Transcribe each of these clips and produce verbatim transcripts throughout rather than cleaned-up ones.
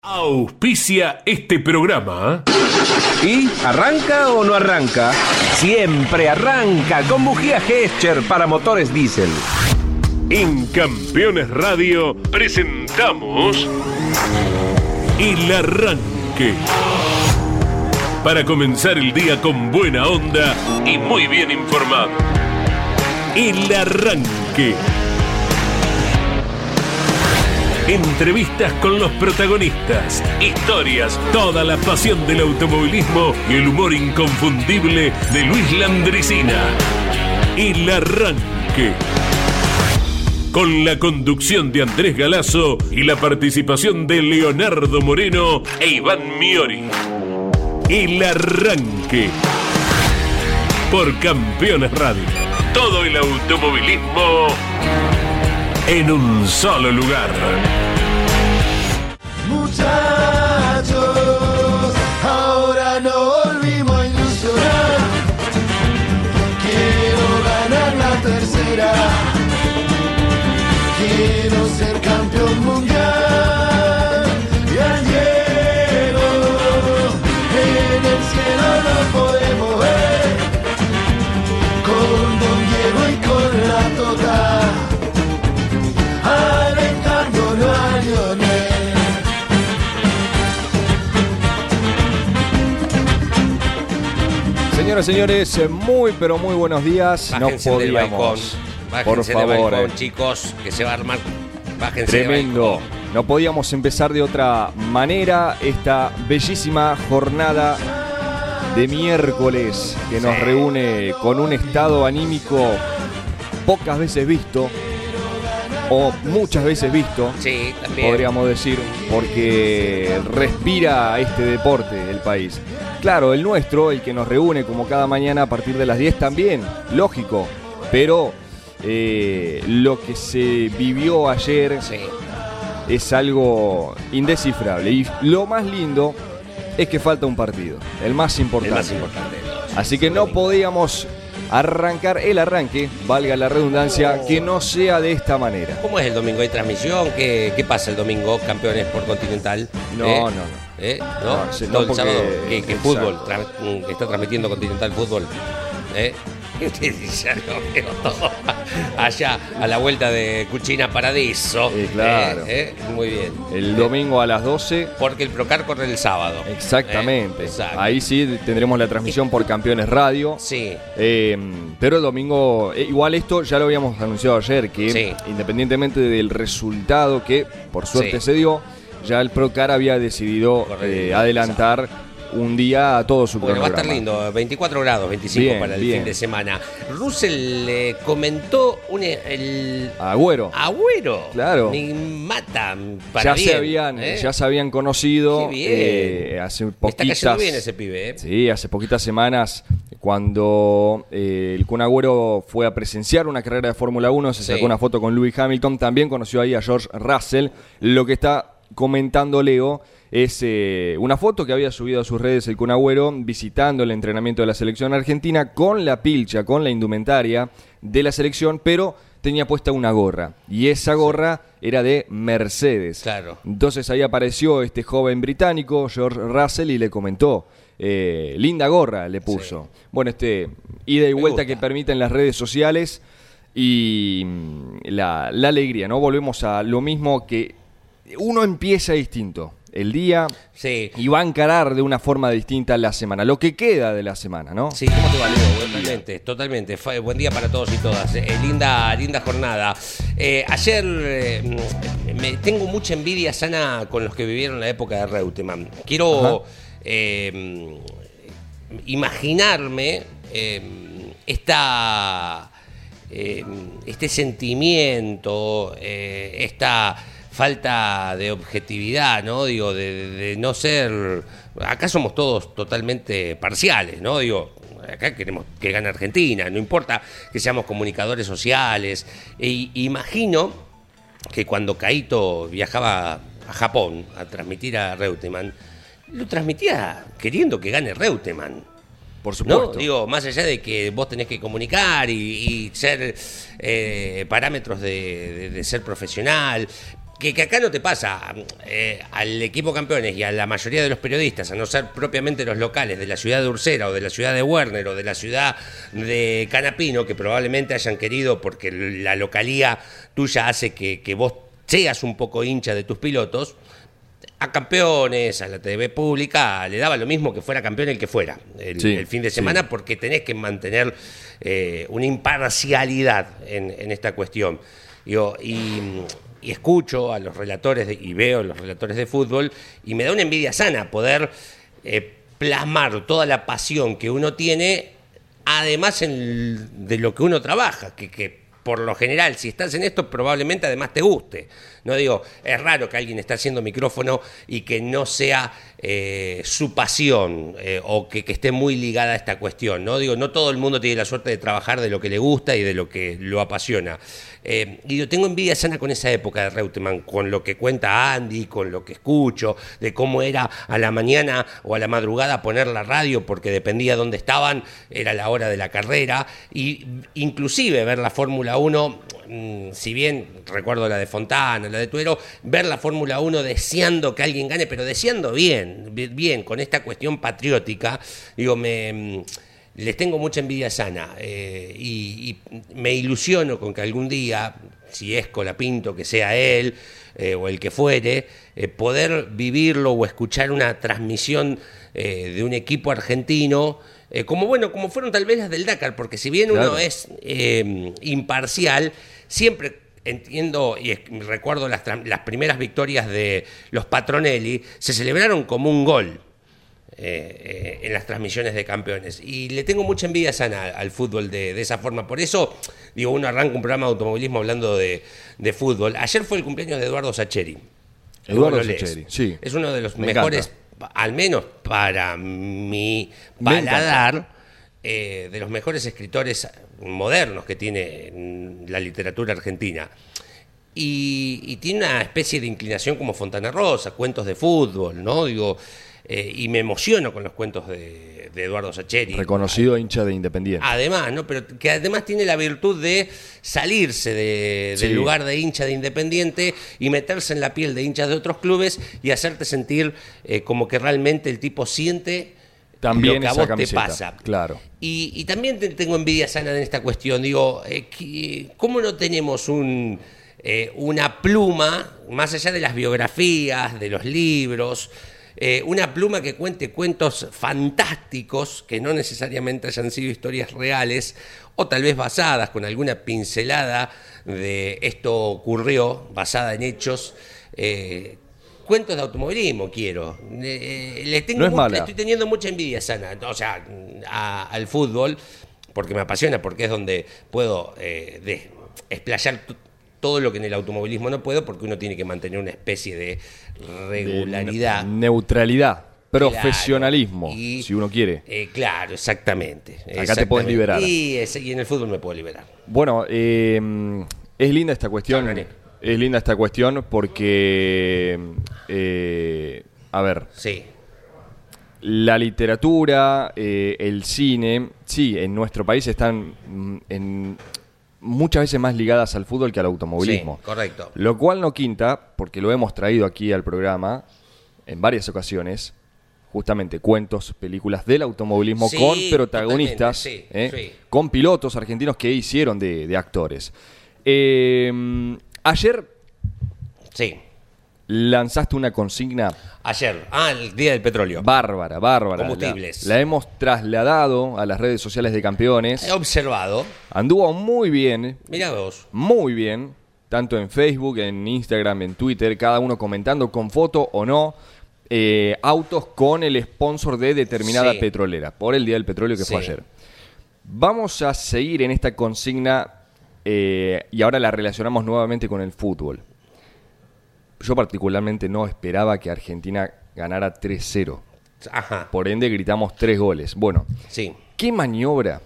Auspicia este programa. ¿Y arranca o no arranca? Siempre arranca con bujía Gescher para motores diésel. En Campeones Radio presentamos El Arranque. Para comenzar el día con buena onda y muy bien informado. El Arranque. Entrevistas con los protagonistas, historias, toda la pasión del automovilismo y el humor inconfundible de Luis Landricina. El Arranque. Con la conducción de Andrés Galazo y la participación de Leonardo Moreno e Iván Miori. El Arranque. Por Campeones Radio. Todo el automovilismo en un solo lugar. Muchachos, ahora no volvimos a ilusionar. Quiero ganar la tercera. Quiero ser campeón mundial. Y al Diego en el cielo lo podemos ver. Con Don Diego y con la Tota. Señoras y señores, muy pero muy buenos días. Bájense no del balcón, podíamos, bájense por del favor, balcón, chicos, que se va a armar. Bájense del tremendo. balcón. No podíamos empezar de otra manera esta bellísima jornada de miércoles que nos Sí. reúne con un estado anímico pocas veces visto o muchas veces visto. Sí, también. Podríamos decir, porque respira este deporte el país. Claro, el nuestro, el que nos reúne como cada mañana a partir de las diez también, lógico. Pero eh, lo que se vivió ayer Sí. es algo indescifrable. Y lo más lindo es que falta un partido, el más El importante. más importante de todos. Así que no podíamos arrancar el arranque, valga la redundancia, que no sea de esta manera. ¿Cómo es el domingo? ¿Hay transmisión? ¿Qué, qué pasa el domingo, campeones por Continental? No, ¿Eh? no, no. ¿Eh? ¿No? No, sí, Todo no, el porque- sábado. ¿Qué, qué exacto. fútbol? Tra- que está transmitiendo Continental Fútbol. ¿Eh? Ya lo veo todo. Allá, a la vuelta de Cuchina Paradiso. Sí, claro. ¿Eh? ¿Eh? Muy bien. El domingo a las doce. Porque el Procar corre el sábado. Exactamente. ¿Eh? Exacto. Ahí sí tendremos la transmisión por Campeones Radio. Sí. Eh, pero el domingo, eh, igual esto ya lo habíamos anunciado ayer, que Sí. independientemente del resultado que por suerte Sí. se dio, ya el Procar había decidido Correr eh, el adelantar un día a todo su Bueno, va a programa. estar lindo, veinticuatro grados, veinticinco Bien, para el bien. fin de semana. Russell eh, comentó un, el Agüero. Agüero. Claro. Me mata para Ya bien, se habían, ¿eh? ya se habían conocido Qué bien. eh, hace Está poquitas. cayendo bien ese pibe, ¿eh? Sí, hace poquitas semanas, cuando eh, el Kun Agüero fue a presenciar una carrera de Fórmula uno, se Sí. sacó una foto con Lewis Hamilton, también conoció ahí a George Russell. Lo que está comentando Leo es eh, una foto que había subido a sus redes el Kun Agüero visitando el entrenamiento de la selección argentina con la pilcha, con la indumentaria de la selección, pero tenía puesta una gorra, y esa gorra era de Mercedes. Claro. Entonces ahí apareció este joven británico, George Russell, y le comentó, eh, linda gorra le puso. Sí. Bueno, este ida y Me vuelta gusta. que permiten las redes sociales y mm, la, la alegría, ¿no? Volvemos a lo mismo, que uno empieza distinto el día Sí. y va a encarar de una forma distinta la semana, lo que queda de la semana, ¿no? Sí, ¿cómo te va, Leo? Totalmente, totalmente. Fue- buen día para todos y todas. Eh, linda, linda jornada. Eh, ayer eh, me, tengo mucha envidia sana con los que vivieron la época de Reutemann. Quiero eh, imaginarme eh, esta, eh, este sentimiento, eh, esta falta de objetividad, ¿no? Digo, de, de- de no ser... Acá somos todos totalmente parciales, ¿no? Digo, acá queremos que gane Argentina, no importa que seamos comunicadores sociales. E imagino que cuando Caíto viajaba a Japón a transmitir a Reutemann, lo transmitía queriendo que gane Reutemann. Por supuesto. ¿No? Digo, más allá de que vos tenés que comunicar y, y ser eh, parámetros de, de- de ser profesional, Que, que acá no te pasa. Eh, al equipo campeones y a la mayoría de los periodistas, a no ser propiamente los locales de la ciudad de Ursera o de la ciudad de Werner o de la ciudad de Canapino, que probablemente hayan querido, porque la localía tuya hace que, que vos seas un poco hincha de tus pilotos, a Campeones, a la T V pública, le daba lo mismo que fuera campeón el que fuera el, Sí, el fin de semana, sí. porque tenés que mantener eh, una imparcialidad en, en esta cuestión. Digo, y... y escucho a los relatores de, y veo a los relatores de fútbol y me da una envidia sana poder eh, plasmar toda la pasión que uno tiene, además en, de lo que uno trabaja, que, que por lo general, si estás en esto, probablemente además te guste. No digo, es raro que alguien esté haciendo micrófono y que no sea eh, su pasión eh, o que, que esté muy ligada a esta cuestión. No digo, no todo el mundo tiene la suerte de trabajar de lo que le gusta y de lo que lo apasiona. Eh, y yo tengo envidia sana con esa época de Reutemann, con lo que cuenta Andy, con lo que escucho, de cómo era a la mañana o a la madrugada poner la radio, porque dependía de dónde estaban, era la hora de la carrera, y inclusive ver la Fórmula uno, mmm, si bien recuerdo la de Fontana, la de Tuero, ver la Fórmula uno deseando que alguien gane, pero deseando bien, bien, con esta cuestión patriótica, digo, me... les tengo mucha envidia sana eh, y, y me ilusiono con que algún día, si es Colapinto, que sea él eh, o el que fuere, eh, poder vivirlo o escuchar una transmisión eh, de un equipo argentino, eh, como bueno, como fueron tal vez las del Dakar, porque si bien Claro. uno es eh, imparcial, siempre entiendo y es, recuerdo las, las primeras victorias de los Patronelli, se celebraron como un gol. Eh, eh, en las transmisiones de Campeones, y le tengo mucha envidia sana al, al fútbol de, de esa forma. Por eso digo, uno arranca un programa de automovilismo hablando de, de fútbol. Ayer fue el cumpleaños de Eduardo Sacheri. Eduardo Vos lo lees. Sacheri, sí. Es uno de los Me mejores, al menos para mi Me encanta. paladar, eh, de los mejores escritores modernos que tiene la literatura argentina. Y, y tiene una especie de inclinación como Fontana Rosa, cuentos de fútbol, ¿no? Digo, eh, y me emociono con los cuentos de, de Eduardo Sacheri. Reconocido hincha de Independiente. Además, ¿no? Pero que además tiene la virtud de salirse de, Sí. del lugar de hincha de Independiente y meterse en la piel de hinchas de otros clubes y hacerte sentir eh, como que realmente el tipo siente También lo que a esa vos camiseta, te pasa. claro. Y, y también te- tengo envidia sana en esta cuestión. Digo, eh, que- ¿cómo no tenemos un, eh, una pluma, más allá de las biografías, de los libros, eh, una pluma que cuente cuentos fantásticos, que no necesariamente hayan sido historias reales, o tal vez basadas con alguna pincelada de esto ocurrió, basada en hechos? Eh, cuentos de automovilismo quiero. Eh, le tengo No es mu- mala. le estoy teniendo mucha envidia sana, o sea, a- al fútbol, porque me apasiona, porque es donde puedo eh, de, explayar t- todo lo que en el automovilismo no puedo, porque uno tiene que mantener una especie de regularidad. De ne- neutralidad, profesionalismo, Claro, y- si uno quiere. Eh, claro, exactamente. te podés exactamente. liberar. Y, ese- y en el fútbol me puedo liberar. Bueno, eh, es linda esta cuestión. Chao, René. Es linda esta cuestión porque, eh, a ver, Sí, la literatura, eh, el cine, sí, en nuestro país están mm, en, muchas veces más ligadas al fútbol que al automovilismo. sí, correcto. Lo cual no quinta, porque lo hemos traído aquí al programa en varias ocasiones, justamente cuentos, películas del automovilismo Sí, con protagonistas, totalmente, sí, ¿eh? sí. con pilotos argentinos que hicieron de, de actores. Eh, ayer Sí. lanzaste una consigna Ayer, ah, el Día del Petróleo. bárbara, bárbara. Combustibles. La, la hemos trasladado a las redes sociales de Campeones. He observado, Anduvo muy bien, mirá vos, muy bien, tanto en Facebook, en Instagram, en Twitter, cada uno comentando con foto o no, eh, autos con el sponsor de determinada Sí. petrolera, por el Día del Petróleo que fue Sí. ayer. Vamos a seguir en esta consigna eh, y ahora la relacionamos nuevamente con el fútbol. Yo particularmente no esperaba que Argentina ganara tres cero. ajá, Por ende gritamos tres goles. Bueno, sí. ¿qué maniobra?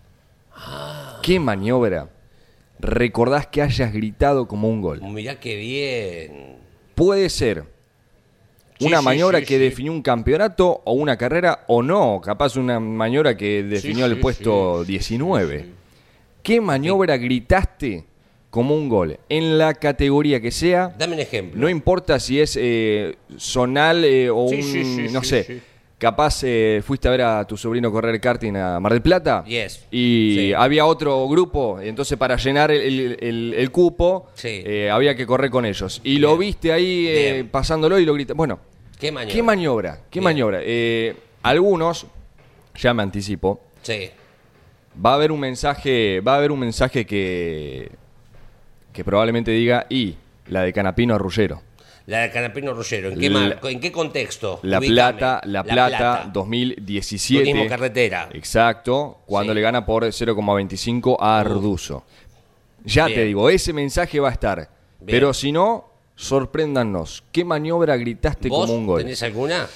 ¿Qué maniobra recordás que hayas gritado como un gol? Mirá qué bien. Puede ser Sí, una sí, maniobra sí, que sí. definió un campeonato o una carrera o no, capaz una maniobra que definió sí, el puesto sí, diecinueve. ¿Qué maniobra gritaste como un gol en la categoría que sea. Dame un ejemplo. No importa si es eh, zonal eh, o Sí, un, sí, sí, no sí, sé, sí. capaz eh, fuiste a ver a tu sobrino correr karting a Mar del Plata. Yes. Y Sí. había otro grupo, entonces para llenar el, el- el- el cupo Sí. eh, había que correr con ellos. Y lo Bien. viste ahí eh, Bien. pasándolo y lo gritaste. Bueno, ¿Qué maniobra? ¿qué maniobra? ¿Qué Bien. maniobra? Eh, algunos, ya me anticipo, Sí. va a haber un mensaje, va a haber un mensaje que, que probablemente diga, y la de Canapino a Ruggero. La de Canapino Ruggero, ¿en qué, La- marco? ¿En qué contexto? La Ubícame. Plata, La Plata, dos mil diecisiete. Turismo carretera. Exacto, cuando Sí. le gana por cero coma veinticinco a Arduzo. Ya Bien. te digo, ese mensaje va a estar. Bien. Pero si no, sorpréndanos. ¿Qué maniobra gritaste ¿Vos como un gol? tenés alguna?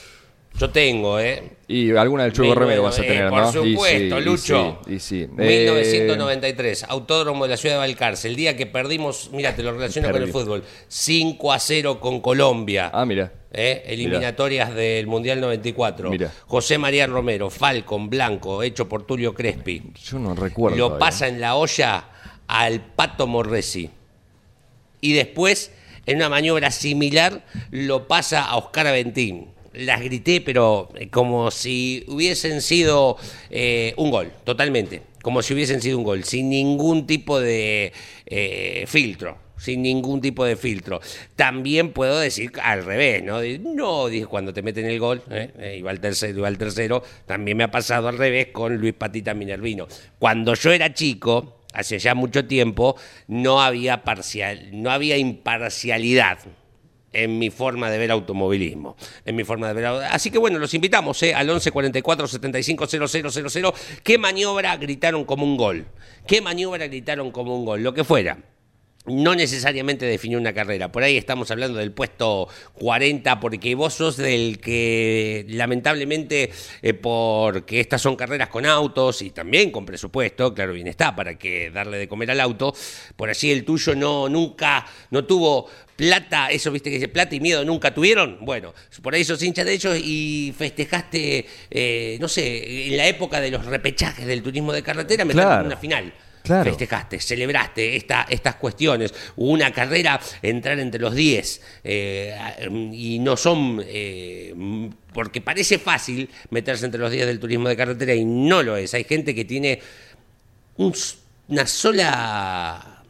Yo tengo, ¿eh? Y alguna del Chueco Mil Romero nueve- vas a eh, tener, por ¿no? Y supuesto, sí, y Lucho. sí, y sí. mil novecientos Eh, noventa y tres, Autódromo de la Ciudad de Valcarce, el día que perdimos, mira, te lo relaciono con el Perdí. fútbol, cinco a cero con Colombia. Ah, mira. ¿Eh? Eliminatorias del Mundial noventa y cuatro. Mirá. José María Romero, Falcon, blanco, hecho por Tulio Crespi. Yo no recuerdo. Lo todavía. pasa en la olla al Pato Morresi. Y después, en una maniobra similar, lo pasa a Oscar Aventín. Las grité, pero eh, como si hubiesen sido eh, un gol, totalmente. Como si hubiesen sido un gol, sin ningún tipo de eh, filtro. Sin ningún tipo de filtro. También puedo decir al revés, ¿no? De- No, dije, cuando te meten el gol, ¿eh? Eh, iba al tercero, iba al tercero. También me ha pasado al revés con Luis Patita Minervino. Cuando yo era chico, hace ya mucho tiempo, no había parcial, no había imparcialidad en mi forma de ver automovilismo, en mi forma de ver. Así que bueno, los invitamos ¿eh? al once cuarenta y cuatro setenta y cinco cero cero cero cero. ¿Qué maniobra gritaron como un gol? ¿Qué maniobra gritaron como un gol? Lo que fuera. No necesariamente definió una carrera. Por ahí estamos hablando del puesto cuarenta, porque vos sos del que, lamentablemente, eh, porque estas son carreras con autos y también con presupuesto, claro, bien está, para que darle de comer al auto. Por allí el tuyo no, nunca, no tuvo plata, eso viste que dice plata y miedo nunca tuvieron. Bueno, por ahí sos hincha de ellos y festejaste, eh, no sé, en la época de los repechajes del turismo de carretera, meterte Claro. en una final. Claro. Festejaste, celebraste esta, estas cuestiones. Hubo una carrera, entrar entre los diez, eh, y no son, eh, porque parece fácil meterse entre los diez del turismo de carretera y no lo es. Hay gente que tiene un, una sola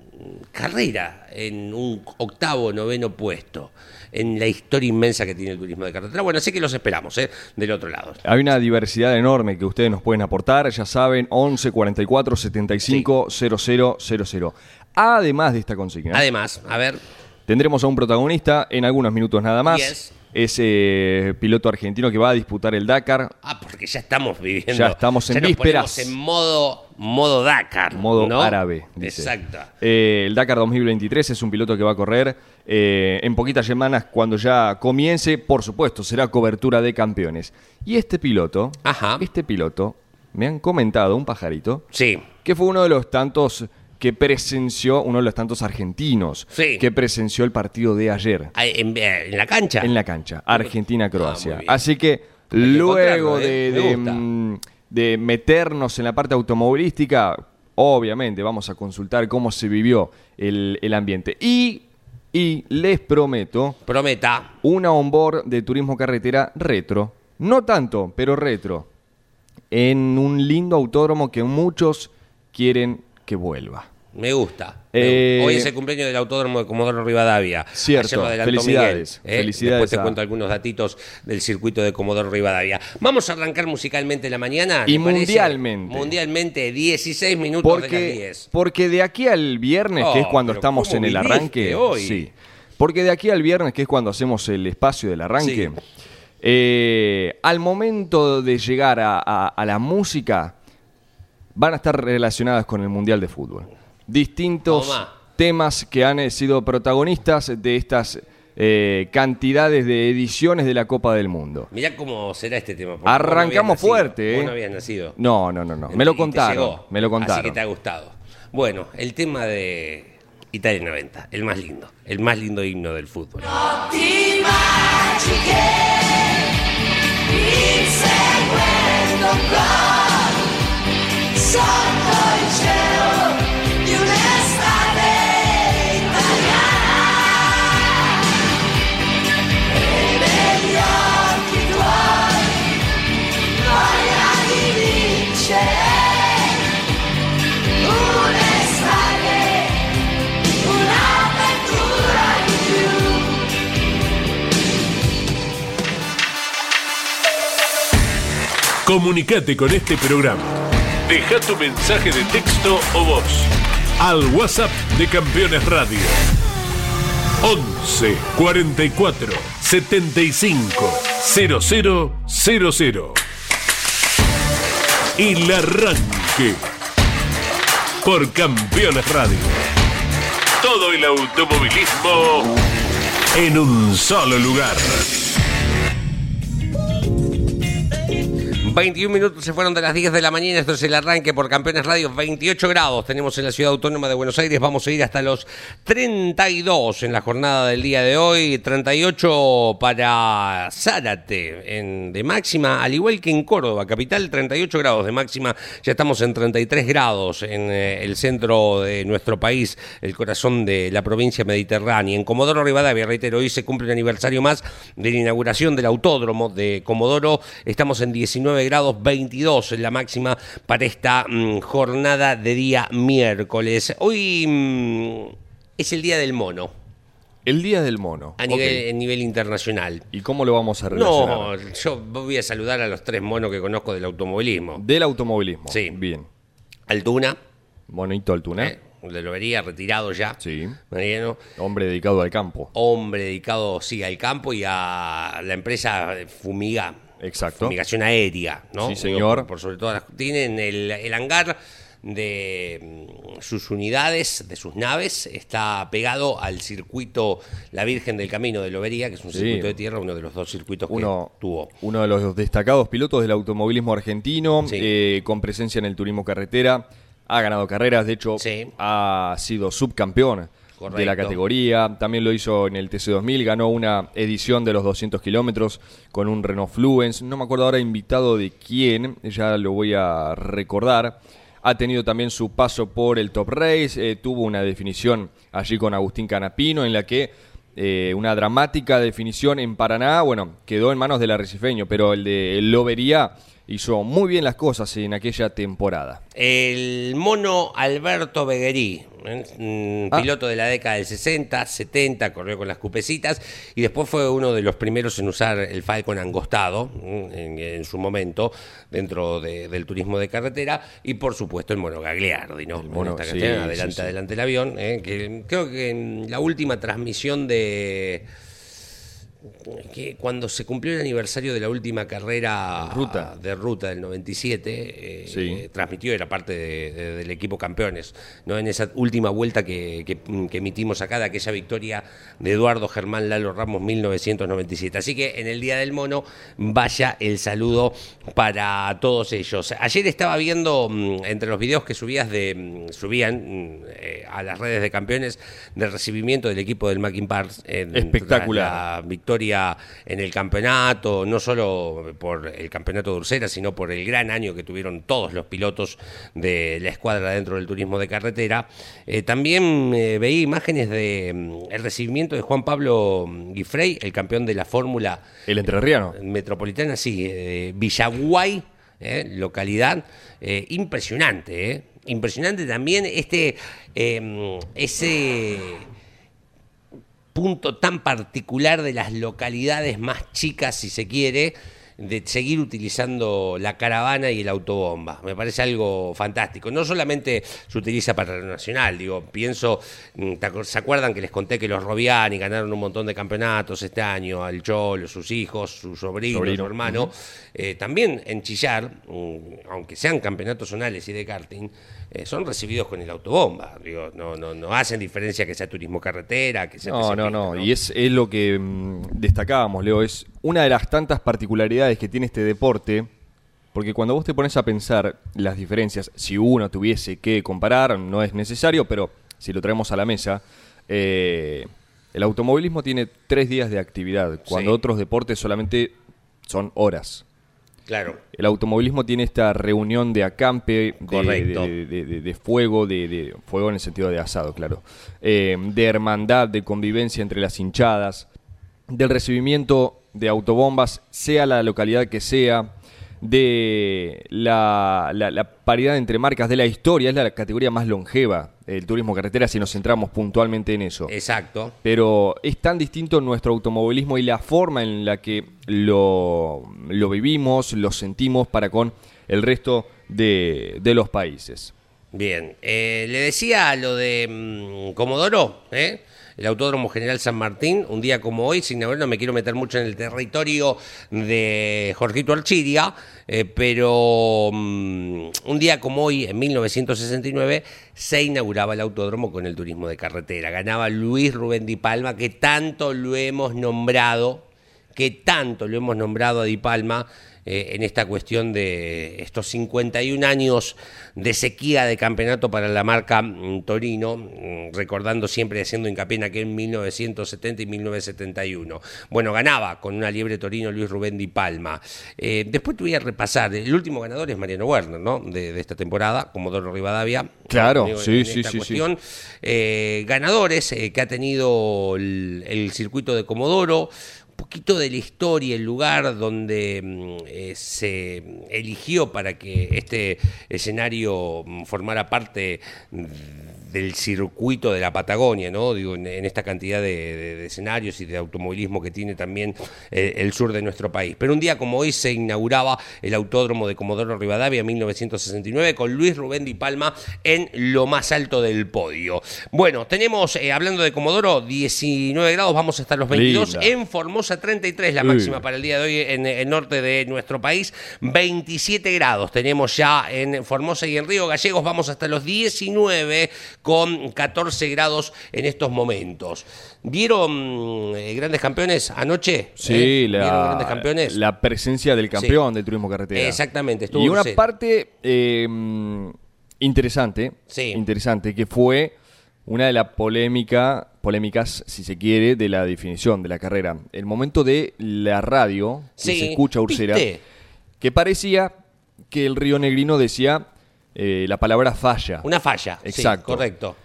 carrera en un octavo, noveno puesto en la historia inmensa que tiene el turismo de carretera. Bueno, así que los esperamos, ¿eh? Del otro lado. Hay una diversidad enorme que ustedes nos pueden aportar, ya saben, once cuarenta y cuatro setenta y cinco cero cero cero cero. Además de esta consigna, Además, a ver, tendremos a un protagonista en algunos minutos nada más. Yes. Ese piloto argentino que va a disputar el Dakar. ah, porque ya estamos viviendo. Ya estamos en nos vísperas. ponemos en modo, modo Dakar. Modo ¿no? árabe, dice. Exacto. Eh, el Dakar dos mil veintitrés es un piloto que va a correr eh, en poquitas semanas cuando ya comience. Por supuesto, será cobertura de campeones. Y este piloto, Ajá. este piloto, me han comentado, un pajarito, Sí. que fue uno de los tantos que presenció, uno de los tantos argentinos Sí. que presenció el partido de ayer Ah, ¿En, en la cancha? en la cancha, Argentina-Croacia. Ah, muy bien. Así que Hay que luego encontrarlo, ¿eh? de, Me de, gusta. mm, de meternos en la parte automovilística, obviamente vamos a consultar cómo se vivió el, el ambiente. Y, y les prometo Prometa. una onboard de turismo carretera retro. No tanto, pero retro. En un lindo autódromo que muchos quieren que vuelva. Me gusta. Eh, Hoy es el cumpleaños del Autódromo de Comodoro Rivadavia. Cierto. Ayer lo adelantó Felicidades. Miguel, ¿eh? Felicidades Después te a- cuento algunos datitos del circuito de Comodoro Rivadavia. Vamos a arrancar musicalmente la mañana. Y ¿le parece? mundialmente. Mundialmente, dieciséis minutos de las Porque, diez. porque de aquí al viernes, que es Oh, cuando pero estamos ¿cómo en el viviste arranque. hoy? Sí. Porque de aquí al viernes, que es cuando hacemos el espacio del arranque, Sí. eh, al momento de llegar a, a- a la música, van a estar relacionadas con el Mundial de Fútbol. Distintos Toma. temas que han eh, sido protagonistas de estas eh, cantidades de ediciones de la Copa del Mundo. Mirá cómo será este tema. porque Arrancamos vos no habías nacido, fuerte, ¿eh? Vos no habías nacido. No, no, no, no. Me Y lo te contaron. llegó. Me lo Así contaron. que te ha gustado. Bueno, el tema de Italia noventa, el más lindo, el más lindo himno del fútbol. Ti magiche, inseguendo gol sotto il cielo di un'estate Comunicate con este programa. Deja tu mensaje de texto o voz al WhatsApp de Campeones Radio. once cuarenta y cuatro setenta y cinco cero cero cero cero. El arranque por Campeones Radio. Todo el automovilismo en un solo lugar. veintiún minutos se fueron de las diez de la mañana. Esto es el arranque por Campeones Radio. veintiocho grados tenemos en la Ciudad Autónoma de Buenos Aires. Vamos a ir hasta los treinta y dos en la jornada del día de hoy. treinta y ocho para Zárate en, de máxima, al igual que en Córdoba, capital. treinta y ocho grados de máxima. Ya estamos en treinta y tres grados en eh, el centro de nuestro país, el corazón de la provincia mediterránea. En Comodoro Rivadavia, reitero, hoy se cumple un aniversario más de la inauguración del autódromo de Comodoro. Estamos en diecinueve grados, veintidós en la máxima para esta mmm, jornada de día miércoles. Hoy mmm, es el Día del Mono. El Día del Mono. A nivel, okay. a nivel internacional. ¿Y cómo lo vamos a relacionar? No, yo voy a saludar a los tres monos que conozco del automovilismo. Del automovilismo. Sí. Bien. Altuna. Monito Altuna. ¿Eh? De Lobería, retirado ya. Sí. Mariano. Hombre dedicado al campo. Hombre dedicado, sí, al campo y a la empresa Fumiga. Exacto. Fumigación aérea, ¿no? Sí, señor. Por, por sobre todo, tienen el, el hangar de sus unidades, de sus naves, está pegado al circuito La Virgen del Camino de Lobería, que es un sí. circuito de tierra, uno de los dos circuitos uno, que tuvo. Uno de los destacados pilotos del automovilismo argentino, Sí. eh, con presencia en el turismo carretera. Ha ganado carreras, de hecho, Sí. ha sido subcampeón. Correcto. De la categoría, también lo hizo en el T C dos mil, ganó una edición de los doscientos kilómetros con un Renault Fluence, no me acuerdo ahora invitado de quién, ya lo voy a recordar. Ha tenido también su paso por el Top Race, eh, tuvo una definición allí con Agustín Canapino en la que eh, una dramática definición en Paraná, bueno, quedó en manos del arrecifeño, pero el de el Lobería hizo muy bien las cosas en aquella temporada. El mono Alberto Beguerí, ¿eh? Ah. piloto de la década del sesenta, setenta, corrió con las cupecitas y después fue uno de los primeros en usar el Falcon angostado ¿eh? en, en su momento dentro de, del turismo de carretera y por supuesto el mono Gagliardi, ¿no? El mono, esta sí, castellana, adelante, sí, sí. adelante el avión, ¿eh? Que creo que en la última transmisión de... que cuando se cumplió el aniversario de la última carrera Ruta. de ruta del noventa y siete, eh, Sí. transmitió, era parte de, de, del equipo campeones, ¿no? En esa última vuelta que, que, que emitimos acá, de aquella victoria de Eduardo Germán Lalo Ramos mil novecientos noventa y siete. Así que en el Día del Mono, vaya el saludo para todos ellos. Ayer estaba viendo entre los videos que subías de subían eh, a las redes de campeones del recibimiento del equipo del Mackin Park. Eh, Espectacular. La, la victoria en el campeonato, no solo por el campeonato de Ursera, sino por el gran año que tuvieron todos los pilotos de la escuadra dentro del turismo de carretera. Eh, también eh, veía imágenes de mm, el recibimiento de Juan Pablo Guifrey, el campeón de la Fórmula El entrerriano. Metropolitana, sí, eh, Villaguay, eh, localidad, eh, impresionante, eh, impresionante también este, eh, ese punto tan particular de las localidades más chicas, si se quiere, de seguir utilizando la caravana y el autobomba. Me parece algo fantástico. No solamente se utiliza para lo nacional, digo, pienso, ¿se acuerdan que les conté que los Robiani ganaron un montón de campeonatos este año? Al Cholo, sus hijos, su sobrino, Sobrino. su hermano. Uh-huh. Eh, también en Chillar, aunque sean campeonatos zonales y de karting, eh, son recibidos con el autobomba. Digo, no, no, no hacen diferencia que sea turismo carretera, que sea No, T C no, P, no, y es, es lo que mmm, destacábamos, Leo, es una de las tantas particularidades que tiene este deporte, porque cuando vos te pones a pensar las diferencias, si uno tuviese que comparar, no es necesario, pero si lo traemos a la mesa, eh, el automovilismo tiene tres días de actividad, cuando Sí. otros deportes solamente son horas. Claro. El automovilismo tiene esta reunión de acampe, de, Correcto. de, de, de, de fuego, de, de fuego en el sentido de asado, claro, eh, de hermandad, de convivencia entre las hinchadas, del recibimiento de autobombas, sea la localidad que sea, de la, la, la paridad entre marcas de la historia. Es la categoría más longeva, el turismo carretera, si nos centramos puntualmente en eso. Exacto. Pero es tan distinto nuestro automovilismo y la forma en la que lo, lo vivimos, lo sentimos para con el resto de, de los países. Bien, eh, le decía lo de mmm, Comodoro, ¿eh? El Autódromo General San Martín, un día como hoy, sin no me quiero meter mucho en el territorio de Jorgito Archiria, eh, pero um, un día como hoy, en mil novecientos sesenta y nueve, se inauguraba el autódromo con el turismo de carretera. Ganaba Luis Rubén Di Palma, que tanto lo hemos nombrado, que tanto lo hemos nombrado a Di Palma, Eh, en esta cuestión de estos cincuenta y un años de sequía de campeonato para la marca mm, Torino, mm, recordando siempre, haciendo hincapié en aquel en mil novecientos setenta y mil novecientos setenta y uno. Bueno, ganaba con una liebre Torino Luis Rubén Di Palma. Eh, después te voy a repasar, el último ganador es Mariano Werner, ¿no? De, de esta temporada, Comodoro Rivadavia. Claro, en, sí, en sí, esta sí, cuestión. sí. Eh, ganadores eh, que ha tenido el, el circuito de Comodoro, poquito de la historia, el lugar donde eh, se eligió para que este escenario formara parte del circuito de la Patagonia, ¿no? Digo, en, en esta cantidad de, de, de escenarios y de automovilismo que tiene también eh, el sur de nuestro país. Pero un día como hoy se inauguraba el Autódromo de Comodoro Rivadavia en mil novecientos sesenta y nueve con Luis Rubén Di Palma en lo más alto del podio. Bueno, tenemos, eh, hablando de Comodoro, diecinueve grados, vamos hasta los veintidós. Linda. En Formosa treinta y tres, la máxima Uy. para el día de hoy en el norte de nuestro país. veintisiete grados tenemos ya en Formosa y en Río Gallegos, vamos hasta los diecinueve con catorce grados en estos momentos. ¿Vieron eh, Grandes Campeones anoche? Sí, ¿Eh? la, ¿Vieron Grandes Campeones? La presencia del campeón sí. del turismo carretera. Exactamente. Estuvo y una C. parte eh, interesante, sí. interesante, que fue una de las polémica, polémicas, si se quiere, de la definición de la carrera. El momento de la radio, sí. que se escucha Ursera, ¿Viste? que parecía que el Río Negrino decía eh, la palabra falla. Una falla, exacto. Sí, correcto.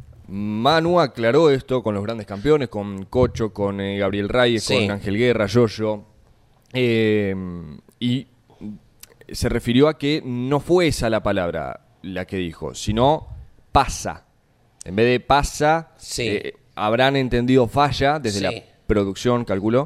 Manu aclaró esto con los Grandes Campeones, con Cocho, con eh, Gabriel Reyes, sí. con Ángel Guerra, Yoyo, eh, y se refirió a que no fue esa la palabra la que dijo, sino pasa. En vez de pasa, sí. eh, habrán entendido falla desde sí. la producción, calculo.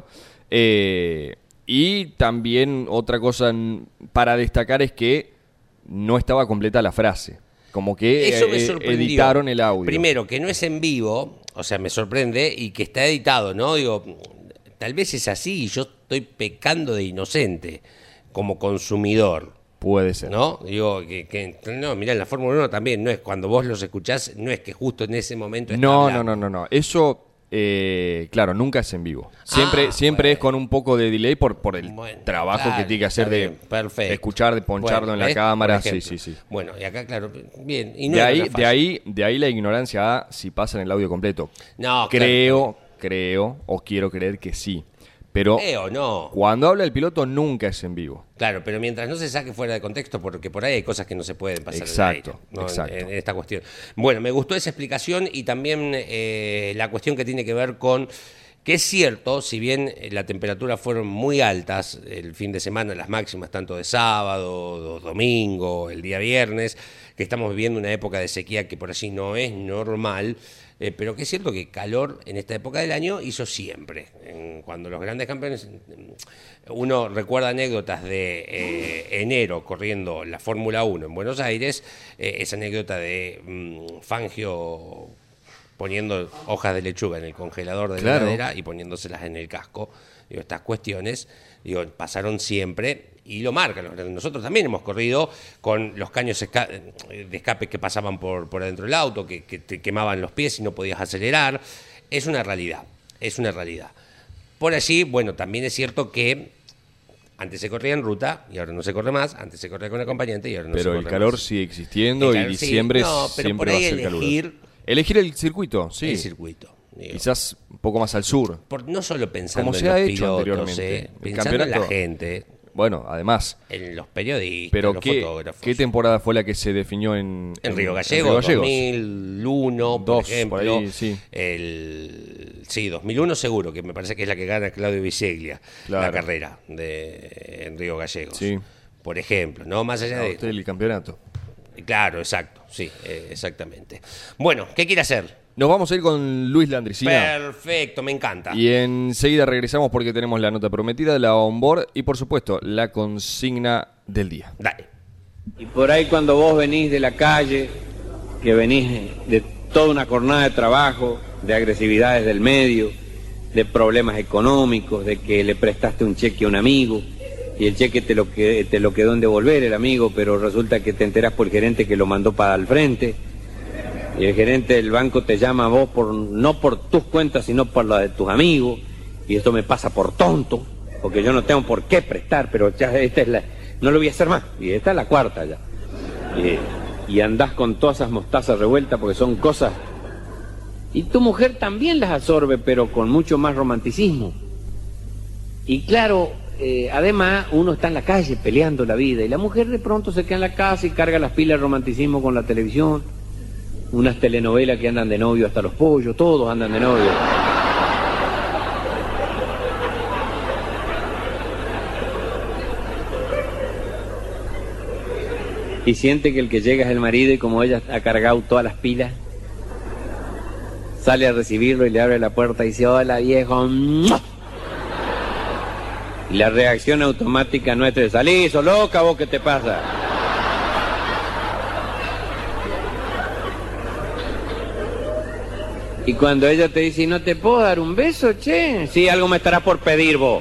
Eh, y también otra cosa para destacar es que no estaba completa la frase. Como que Eso me eh, editaron el audio. Primero, que no es en vivo, o sea, me sorprende, y que está editado, ¿no? Digo, tal vez es así y yo estoy pecando de inocente como consumidor. Puede ser. ¿No? Digo, que, que no, mirá, en la Fórmula uno también, no es cuando vos los escuchás, no es que justo en ese momento está No, hablando. no, no, no, no. Eso, eh, claro, nunca es en vivo. Siempre, ah, siempre bueno. es con un poco de delay por, por el bueno, trabajo claro, que tiene que hacer de, de escuchar, de poncharlo bueno, en la cámara. sí, sí, sí, sí. Bueno, y acá, claro, bien. Y no de, ahí, de, ahí, de ahí la ignorancia a si pasa en el audio completo. No, creo, claro. creo, o quiero creer que sí. Pero eh, o no. cuando habla el piloto nunca es en vivo. Claro, pero mientras no se saque fuera de contexto, porque por ahí hay cosas que no se pueden pasar exacto, en el aire, ¿no? exacto. En, en esta cuestión. Bueno, me gustó esa explicación y también eh, la cuestión que tiene que ver con que es cierto, si bien las temperaturas fueron muy altas el fin de semana, las máximas tanto de sábado, domingo, el día viernes, que estamos viviendo una época de sequía que por allí no es normal, Eh, pero que es cierto que calor en esta época del año hizo siempre. En, cuando los Grandes Campeones, uno recuerda anécdotas de eh, enero corriendo la Fórmula uno en Buenos Aires, eh, esa anécdota de mm, Fangio poniendo hojas de lechuga en el congelador de claro. la heladera y poniéndoselas en el casco. Digo, estas cuestiones digo, pasaron siempre y lo marcan. Nosotros también hemos corrido con los caños esca- de escape que pasaban por, por adentro del auto, que, que te quemaban los pies y no podías acelerar. Es una realidad, es una realidad. Por allí, bueno, también es cierto que antes se corría en ruta y ahora no se corre más, antes se corría con acompañante y ahora no pero se corre más. Pero el calor más. sigue existiendo calor, y diciembre sí, no, pero siempre por ahí va a ser elegir, caluroso. Elegir el circuito, sí. El circuito. Digo. Quizás un poco más al sur. Por, no solo pensando como en se ha los hecho pilotos, anteriormente. eh, El pensando en la campeonato, gente, bueno, además. en los periodistas, pero en los ¿qué, fotógrafos. ¿qué temporada fue la que se definió en, En, en Río Gallegos, en Río Gallegos? dos mil uno, por Dos, ejemplo. por ahí, sí. El, sí, dos mil uno seguro, que me parece que es la que gana Claudio Biseglia, Claro. la carrera de, en Río Gallegos. Sí. por ejemplo, ¿no? Más allá No, de... usted el campeonato. Claro, exacto, sí, eh, exactamente. Bueno, ¿qué quiere hacer? Nos vamos a ir con Luis Landricina. Perfecto, me encanta. Y enseguida regresamos porque tenemos la nota prometida, la onboard y por supuesto la consigna del día. Dale. Y por ahí cuando vos venís de la calle, que venís de toda una jornada de trabajo, de agresividades del medio, de problemas económicos, de que le prestaste un cheque a un amigo y el cheque te lo, que, te lo quedó en devolver el amigo, pero resulta que te enterás por el gerente que lo mandó para al frente. Y el gerente del banco te llama a vos por, no por tus cuentas, sino por la de tus amigos. Y esto me pasa por tonto, porque yo no tengo por qué prestar, pero ya esta es la, no lo voy a hacer más. Y esta es la cuarta ya. Y, y andás con todas esas mostazas revueltas porque son cosas... Y tu mujer también las absorbe, pero con mucho más romanticismo. Y claro, eh, además uno está en la calle peleando la vida, y la mujer de pronto se queda en la casa y carga las pilas de romanticismo con la televisión. Unas telenovelas que andan de novio hasta los pollos, todos andan de novio. Y siente que el que llega es el marido y como ella ha cargado todas las pilas, sale a recibirlo y le abre la puerta y dice, hola viejo. Y la reacción automática nuestra es, salí, sos loca, vos, ¿qué te pasa? Y cuando ella te dice, ¿no te puedo dar un beso, che? Sí, algo me estarás por pedir vos.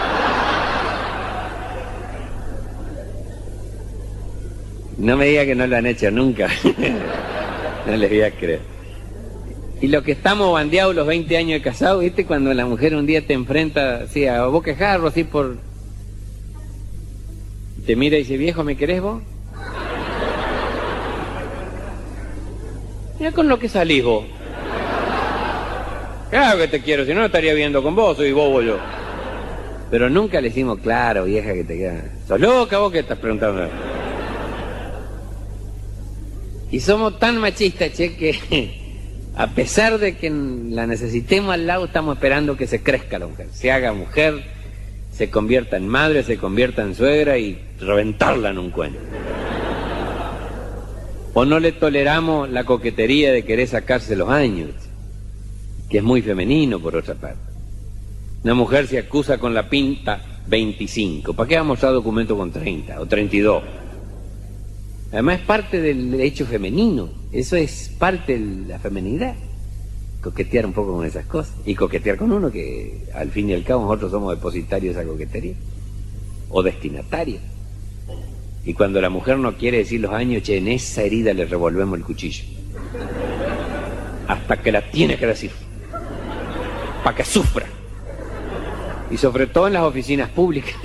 No me diga que no lo han hecho nunca. No les voy a creer. Y lo que estamos bandeados los veinte años de casado, ¿viste? Cuando la mujer un día te enfrenta, así, a boquejarro, así por... Te mira y dice, viejo, ¿me querés vos? Mira con lo que salís vos. Claro que te quiero, si no, no estaría viendo con vos, soy bobo yo. Pero nunca le decimos, claro, vieja, que te queda. ¿Sos loca vos que estás preguntando? Y somos tan machistas, che, que a pesar de que la necesitemos al lado, estamos esperando que se crezca la mujer. Se haga mujer, se convierta en madre, se convierta en suegra y reventarla en un cuento. O no le toleramos la coquetería de querer sacarse los años, que es muy femenino por otra parte. Una mujer se acusa con la pinta veinticinco. ¿Para qué vamos a mostrar documento con treinta o treinta y dos? Además es parte del hecho femenino. Eso es parte de la feminidad. Coquetear un poco con esas cosas. Y coquetear con uno que al fin y al cabo nosotros somos depositarios de esa coquetería. O destinatarios. Y cuando la mujer no quiere decir los años, che, en esa herida le revolvemos el cuchillo. Hasta que la tiene que decir. Para que sufra. Y sobre todo en las oficinas públicas.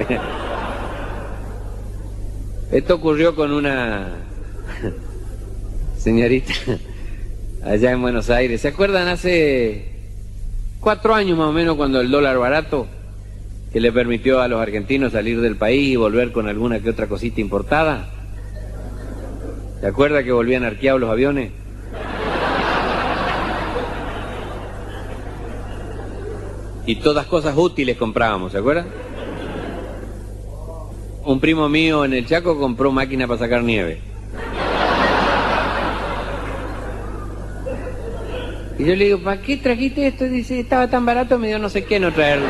Esto ocurrió con una señorita allá en Buenos Aires. ¿Se acuerdan hace cuatro años más o menos, cuando el dólar barato, que le permitió a los argentinos salir del país y volver con alguna que otra cosita importada? ¿Se acuerda que volvían arqueados los aviones? Y todas cosas útiles comprábamos, ¿se acuerdan? Un primo mío en el Chaco compró máquina para sacar nieve. Y yo le digo, ¿para qué trajiste esto? Y dice, estaba tan barato, me dio no sé qué no traerlo.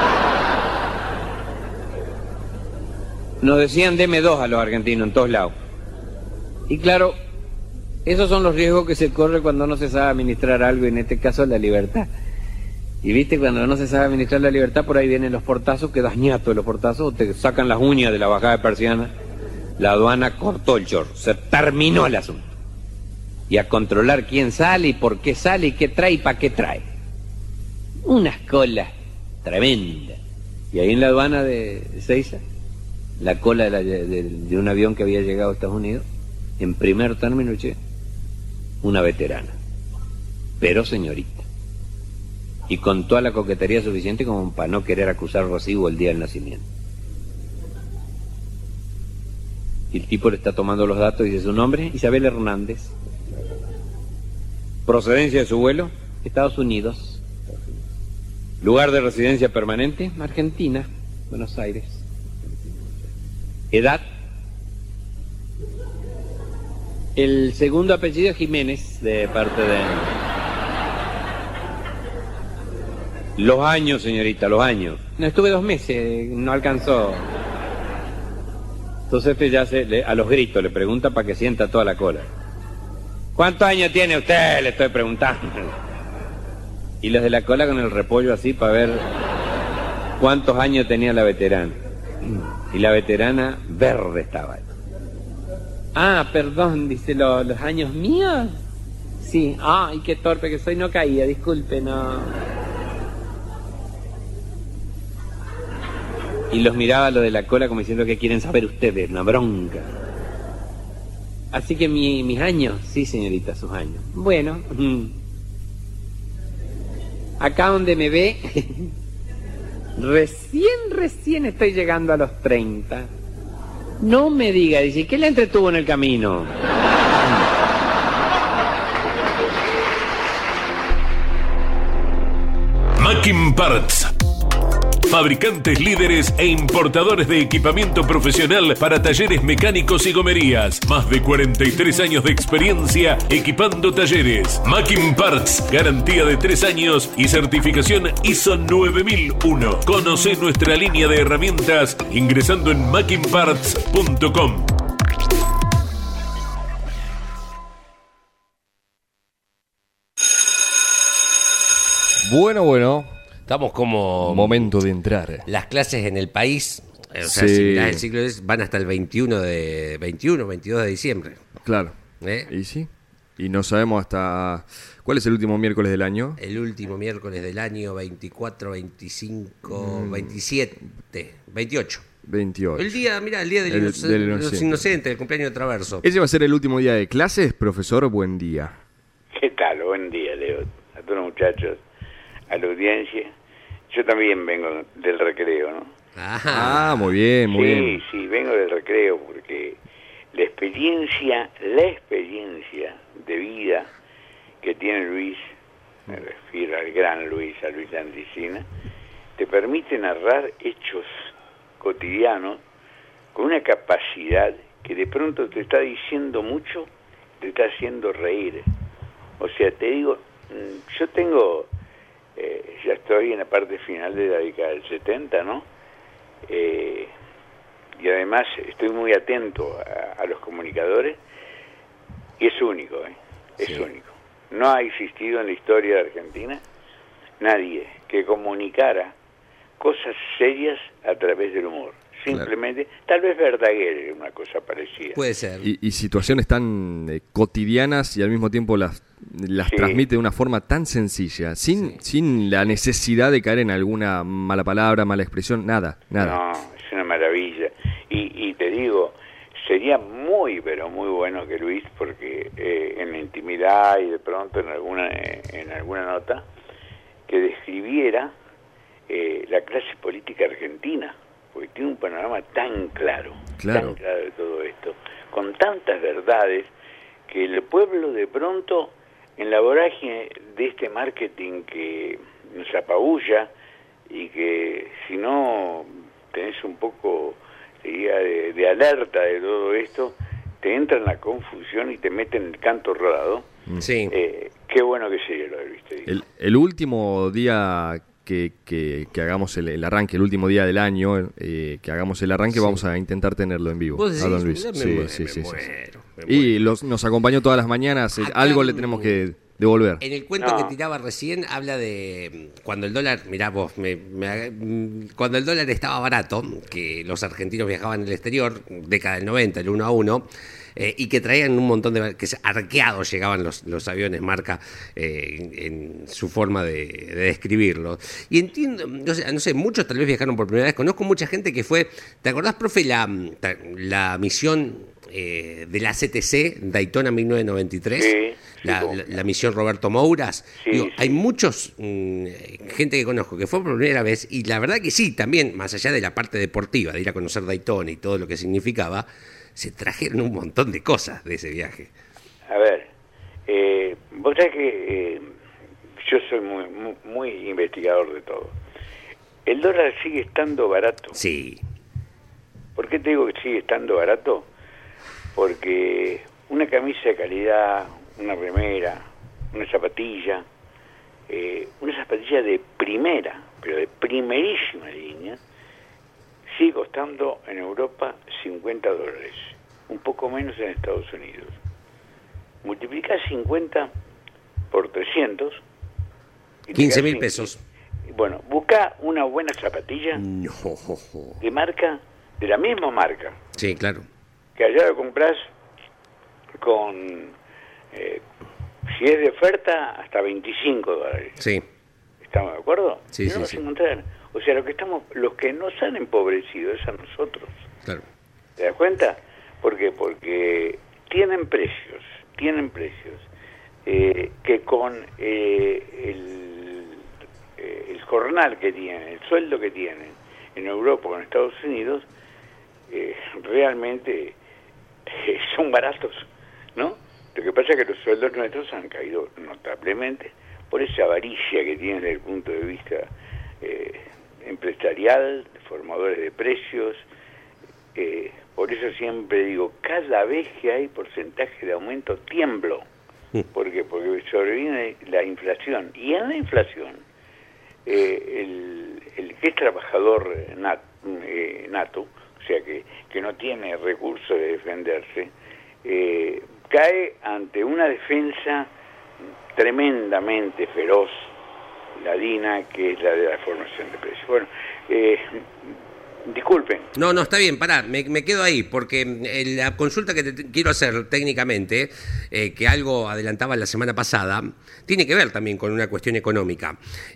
Nos decían, deme dos a los argentinos en todos lados. Y claro, esos son los riesgos que se corre cuando no se sabe administrar algo, y en este caso la libertad. Y viste, cuando no se sabe administrar la libertad, por ahí vienen los portazos, que das ñato de los portazos, te sacan las uñas de la bajada de persiana. La aduana cortó el chorro, se terminó el asunto. Y a controlar quién sale y por qué sale y qué trae y para qué trae. Unas colas tremendas. Y ahí en la aduana de Ezeiza, la cola de, la, de, de un avión que había llegado a Estados Unidos, en primer término, che, una veterana, pero señorita. Y con toda la coquetería suficiente como para no querer acusar recibo el día del nacimiento. Y el tipo le está tomando los datos y dice su nombre, Isabel Hernández. Procedencia de su vuelo, Estados Unidos. Lugar de residencia permanente, Argentina, Buenos Aires. Edad. El segundo apellido es Jiménez, de parte de... Los años, señorita, los años. No, estuve dos meses, no alcanzó. Entonces este ya se, le, a los gritos le pregunta para que sienta toda la cola. ¿Cuántos años tiene usted? Le estoy preguntando. Y los de la cola con el repollo así para ver cuántos años tenía la veterana. Y la veterana verde estaba. Ah, perdón, dice, ¿lo, los años míos? Sí. Ay, qué torpe que soy, no caía, disculpe, no. Y los miraba lo de la cola como diciendo que quieren saber ustedes, una bronca. Así que mi, mis años, sí, señorita, sus años. Bueno, acá donde me ve, recién, recién estoy llegando a los treinta. No me diga, dice, ¿qué le entretuvo en el camino? Mackin Parts. Fabricantes líderes e importadores de equipamiento profesional para talleres mecánicos y gomerías. Más de cuarenta y tres años de experiencia equipando talleres. Mackin Parts, garantía de tres años y certificación I S O nueve mil uno. Conoce nuestra línea de herramientas ingresando en mackin parts punto com. Bueno, bueno. Estamos como... Momento de entrar. Las clases en el país, o sea, Sí. si mirás el ciclo es, van hasta el veintiuno de veintiuno, veintidós de diciembre. Claro. ¿Eh? ¿Y sí? Y no sabemos hasta... ¿Cuál es el último miércoles del año? El último miércoles del año, veinticuatro, veinticinco, veintisiete, veintiocho. veintiocho. El día, mira, el día del, El- inoc- del de los inocente. inocentes, el cumpleaños de Traverso. ¿Ese va a ser el último día de clases? Profesor, buen día. ¿Qué tal? Buen día, Leo. A todos los muchachos, a la audiencia. Yo también vengo del recreo, ¿no? Ajá. Ah, muy bien, muy sí, bien. sí, vengo del recreo porque la experiencia, la experiencia de vida que tiene Luis, me refiero al gran Luis, a Luis Landricina, te permite narrar hechos cotidianos con una capacidad que de pronto te está diciendo mucho, te está haciendo reír. O sea, te digo, mm, yo tengo, eh, ya estoy en la parte final de la década del setenta, ¿no? Eh, y además estoy muy atento a, a los comunicadores y es único, ¿eh? Es Sí. único. No ha existido en la historia de Argentina nadie que comunicara cosas serias a través del humor. Simplemente, tal vez Verdaguer era una cosa parecida. Puede ser. Y, y situaciones tan eh, cotidianas y al mismo tiempo las, las Sí. transmite de una forma tan sencilla, sin, sin la necesidad de caer en alguna mala palabra, mala expresión, nada, nada. No, es una maravilla. Y, y te digo, sería muy, pero muy bueno que Luis, porque eh, en la intimidad y de pronto en alguna, eh, en alguna nota, que describiera eh, la clase política argentina, porque tiene un panorama tan claro, Claro. tan claro de todo esto, con tantas verdades, que el pueblo de pronto, en la vorágine de este marketing que nos apabulla, y que si no tenés un poco, diría, de, de alerta de todo esto, te entra en la confusión y te mete en el canto rodado. Sí. Eh, qué bueno que sería lo de Luis, te digo. El, el último día que, que, que hagamos el, el arranque, el último día del año, eh, que hagamos el arranque, Sí. vamos a intentar tenerlo en vivo. ¿Vos A decís? don Luis. Me Sí, muero, sí, me sí, sí, sí. muero, me Y muero. los, nos acompañó todas las mañanas, eh, Acá algo le en- tenemos que devolver. En el cuento No. que tiraba recién habla de mm, cuando el dólar, mirá vos, me- me- mm, cuando el dólar estaba barato, que los argentinos viajaban al exterior, década del noventa, el uno a uno, eh, y que traían un montón de, que se- arqueados llegaban los, los aviones marca eh, en, en su forma de, de describirlo. Y entiendo, no sé, no sé, muchos tal vez viajaron por primera vez, conozco mucha gente que fue, ¿te acordás, profe, la, la misión eh, de la C T C, Daytona mil novecientos noventa y tres? Sí, La, sí, la- la misión Roberto Mouras. Sí, Digo, sí. hay muchos mm, gente que conozco que fue por primera vez y la verdad que sí, también, más allá de la parte deportiva, de ir a conocer Daytona y todo lo que significaba, se trajeron un montón de cosas de ese viaje. A ver, eh, vos sabés que eh, yo soy muy, muy, muy investigador de todo. El dólar sigue estando barato Sí, ¿Por qué te digo que sigue estando barato? Porque una camisa de calidad, una remera, una zapatilla, eh, una zapatilla de primera, pero de primerísima línea, sigue costando en Europa cincuenta dólares, un poco menos en Estados Unidos. Multiplicás cincuenta por trescientos. quince mil pesos. Bueno, busca una buena zapatilla No. de marca, de la misma marca, Sí, claro. que allá lo compras con, eh, si es de oferta, hasta veinticinco dólares. Sí. ¿Estamos de acuerdo? Sí, Y no sí, vas sí. a encontrar. O sea, lo que estamos, los que nos han empobrecido es a nosotros. Claro. ¿Te das cuenta? ¿Por qué? Porque tienen precios, tienen precios eh, que con eh, el, eh, el jornal que tienen, el sueldo que tienen en Europa o en Estados Unidos, eh, realmente eh, son baratos, ¿no? Lo que pasa es que los sueldos nuestros han caído notablemente por esa avaricia que tienen desde el punto de vista eh, empresarial, de formadores de precios. Eh, por eso siempre digo, cada vez que hay porcentaje de aumento, tiemblo. ¿Por qué? Porque sobreviene la inflación. Y en la inflación, eh, el, el que es trabajador nat, eh, nato, o sea, que, que no tiene recursos de defenderse, eh, cae ante una defensa tremendamente feroz, ladina, que es la de la formación de precios. Bueno, eh, disculpen. No, no, está bien, pará, me, me quedo ahí, porque eh, la consulta que te, te quiero hacer técnicamente, eh, que algo adelantaba la semana pasada, tiene que ver también con una cuestión económica.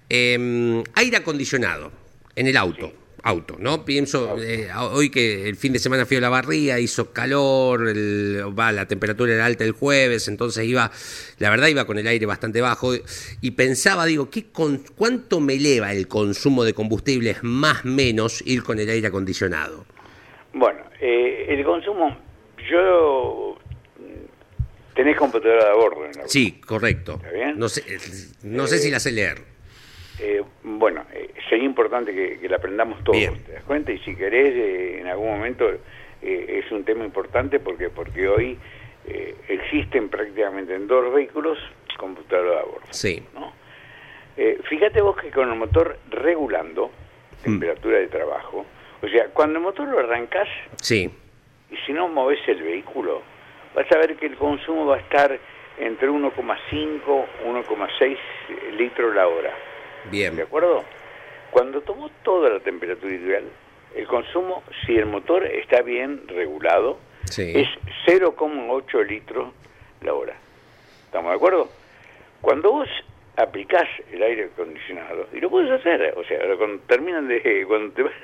Eh, aire acondicionado en el auto. Sí. Auto, ¿no? Pienso, eh, hoy que el fin de semana fui a la barría, hizo calor, el, va, la temperatura era alta el jueves, entonces iba, la verdad iba con el aire bastante bajo, y pensaba, digo, ¿qué con, ¿cuánto me eleva el consumo de combustibles más menos ir con el aire acondicionado? Bueno, eh, el consumo, yo... ¿Tenés computadora a bordo en la Sí, correcto. ¿Está bien? No sé, no sé eh, si la sé leer. Eh, bueno, eh, sería importante que, que la aprendamos todos, Bien. ¿te das cuenta? Y si querés, eh, en algún momento eh, es un tema importante porque porque hoy eh, existen prácticamente en todos los vehículos computadora a bordo. Sí. ¿No? Eh, fíjate vos que con el motor regulando temperatura mm. de trabajo, o sea, cuando el motor lo arrancás, sí. y si no movés el vehículo, vas a ver que el consumo va a estar entre uno coma cinco, uno coma seis litros la hora. Bien. ¿De acuerdo? Cuando tomó toda la temperatura ideal, el consumo, si el motor está bien regulado, sí. es cero coma ocho litros la hora. ¿Estamos de acuerdo? Cuando vos aplicás el aire acondicionado, y lo puedes hacer, o sea, cuando terminan de, cuando te vas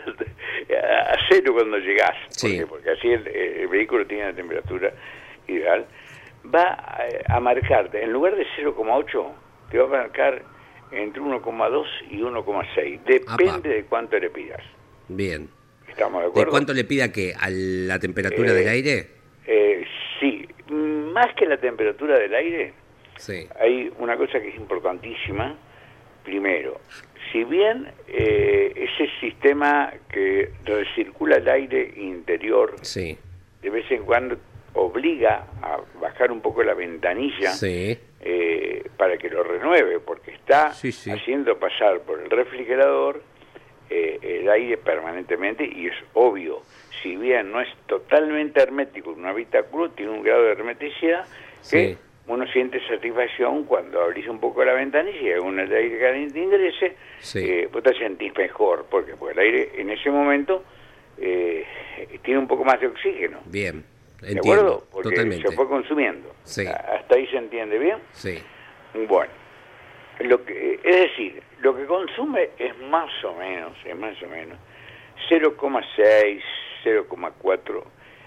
a cero cuando llegás, sí. porque, porque así el, el vehículo tiene la temperatura ideal, va a, a marcarte, en lugar de cero coma ocho, te va a marcar entre uno coma dos y uno coma seis. Depende Apa. de cuánto le pidas. Bien. ¿Estamos de acuerdo? ¿De cuánto le pida qué? ¿A la temperatura eh, del aire? Eh, sí. Más que la temperatura del aire, sí. hay una cosa que es importantísima. Primero, si bien eh, ese sistema que recircula el aire interior, sí. de vez en cuando obliga a bajar un poco la ventanilla, sí. eh, para que lo renueve, porque está sí, sí. haciendo pasar por el refrigerador eh, el aire permanentemente, y es obvio, si bien no es totalmente hermético un habitáculo, tiene un grado de hermeticidad que sí. uno siente satisfacción cuando abrís un poco la ventanilla y algún aire caliente ingrese, sí. eh, vos te sentís mejor, porque, porque el aire en ese momento eh, tiene un poco más de oxígeno. Bien. ¿De Entiendo, acuerdo? Porque totalmente. se fue consumiendo. Sí. ¿Hasta ahí se entiende bien? Sí. Bueno, lo que, es decir, lo que consume es más o menos, es más o menos, cero coma seis, cero coma cuatro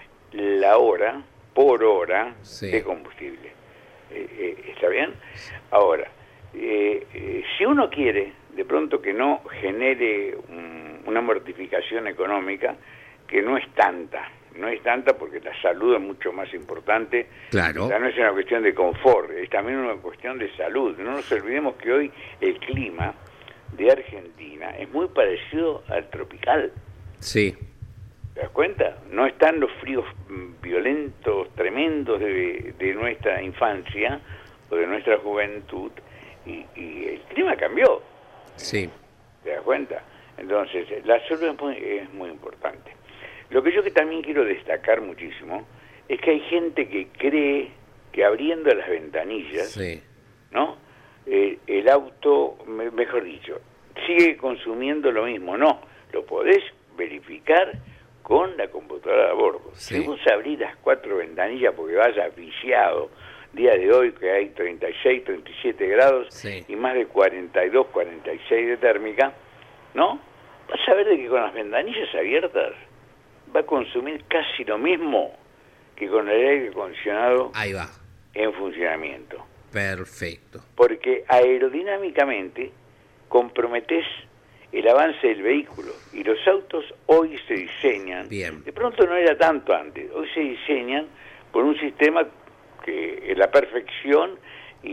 la hora, por hora, sí. de combustible. Eh, eh, ¿Está bien? Ahora, eh, eh, si uno quiere, de pronto, que no genere un, una mortificación económica, que no es tanta, no es tanta porque la salud es mucho más importante. Claro. O sea, no es una cuestión de confort, es también una cuestión de salud. No nos olvidemos que hoy el clima de Argentina es muy parecido al tropical. Sí. ¿Te das cuenta? No están los fríos violentos, tremendos de, de nuestra infancia o de nuestra juventud, y, y el clima cambió. Sí. ¿Te das cuenta? Entonces, la salud es muy, es muy importante. Lo que yo que también quiero destacar muchísimo es que hay gente que cree que abriendo las ventanillas, Sí. ¿no? Eh, el auto, me- mejor dicho, sigue consumiendo lo mismo. No, lo podés verificar con la computadora a bordo. Sí. Si vos abrís las cuatro ventanillas porque vayas viciado, día de hoy que hay treinta y seis, treinta y siete grados Sí. y más de cuarenta y dos, cuarenta y seis de térmica, ¿no? Vas a ver de que con las ventanillas abiertas va a consumir casi lo mismo que con el aire acondicionado Ahí va. en funcionamiento. Perfecto. Porque aerodinámicamente comprometés el avance del vehículo, y los autos hoy se diseñan, Bien. de pronto no era tanto antes, hoy se diseñan por un sistema que es la perfección, y,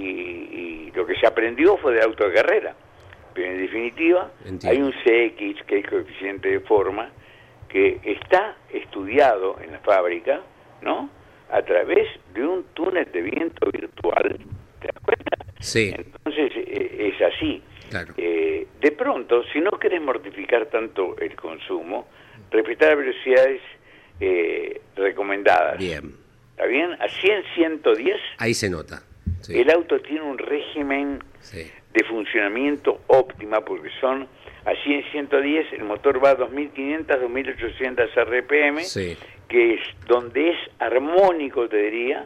y lo que se aprendió fue de auto de carrera, pero en definitiva Entiendo. hay un C X, que es coeficiente de forma, que está estudiado en la fábrica, ¿no?, a través de un túnel de viento virtual. ¿Te das cuenta? Sí. Entonces eh, es así. Claro. Eh, de pronto, si no querés mortificar tanto el consumo, respetar velocidades eh, recomendadas. Bien. ¿Está bien? A cien, ciento diez, Ahí se nota. Sí. el auto tiene un régimen Sí. de funcionamiento óptima, porque son a cien, ciento diez, el motor va a dos mil quinientos, dos mil ochocientos R P M, Sí. que es donde es armónico, te diría,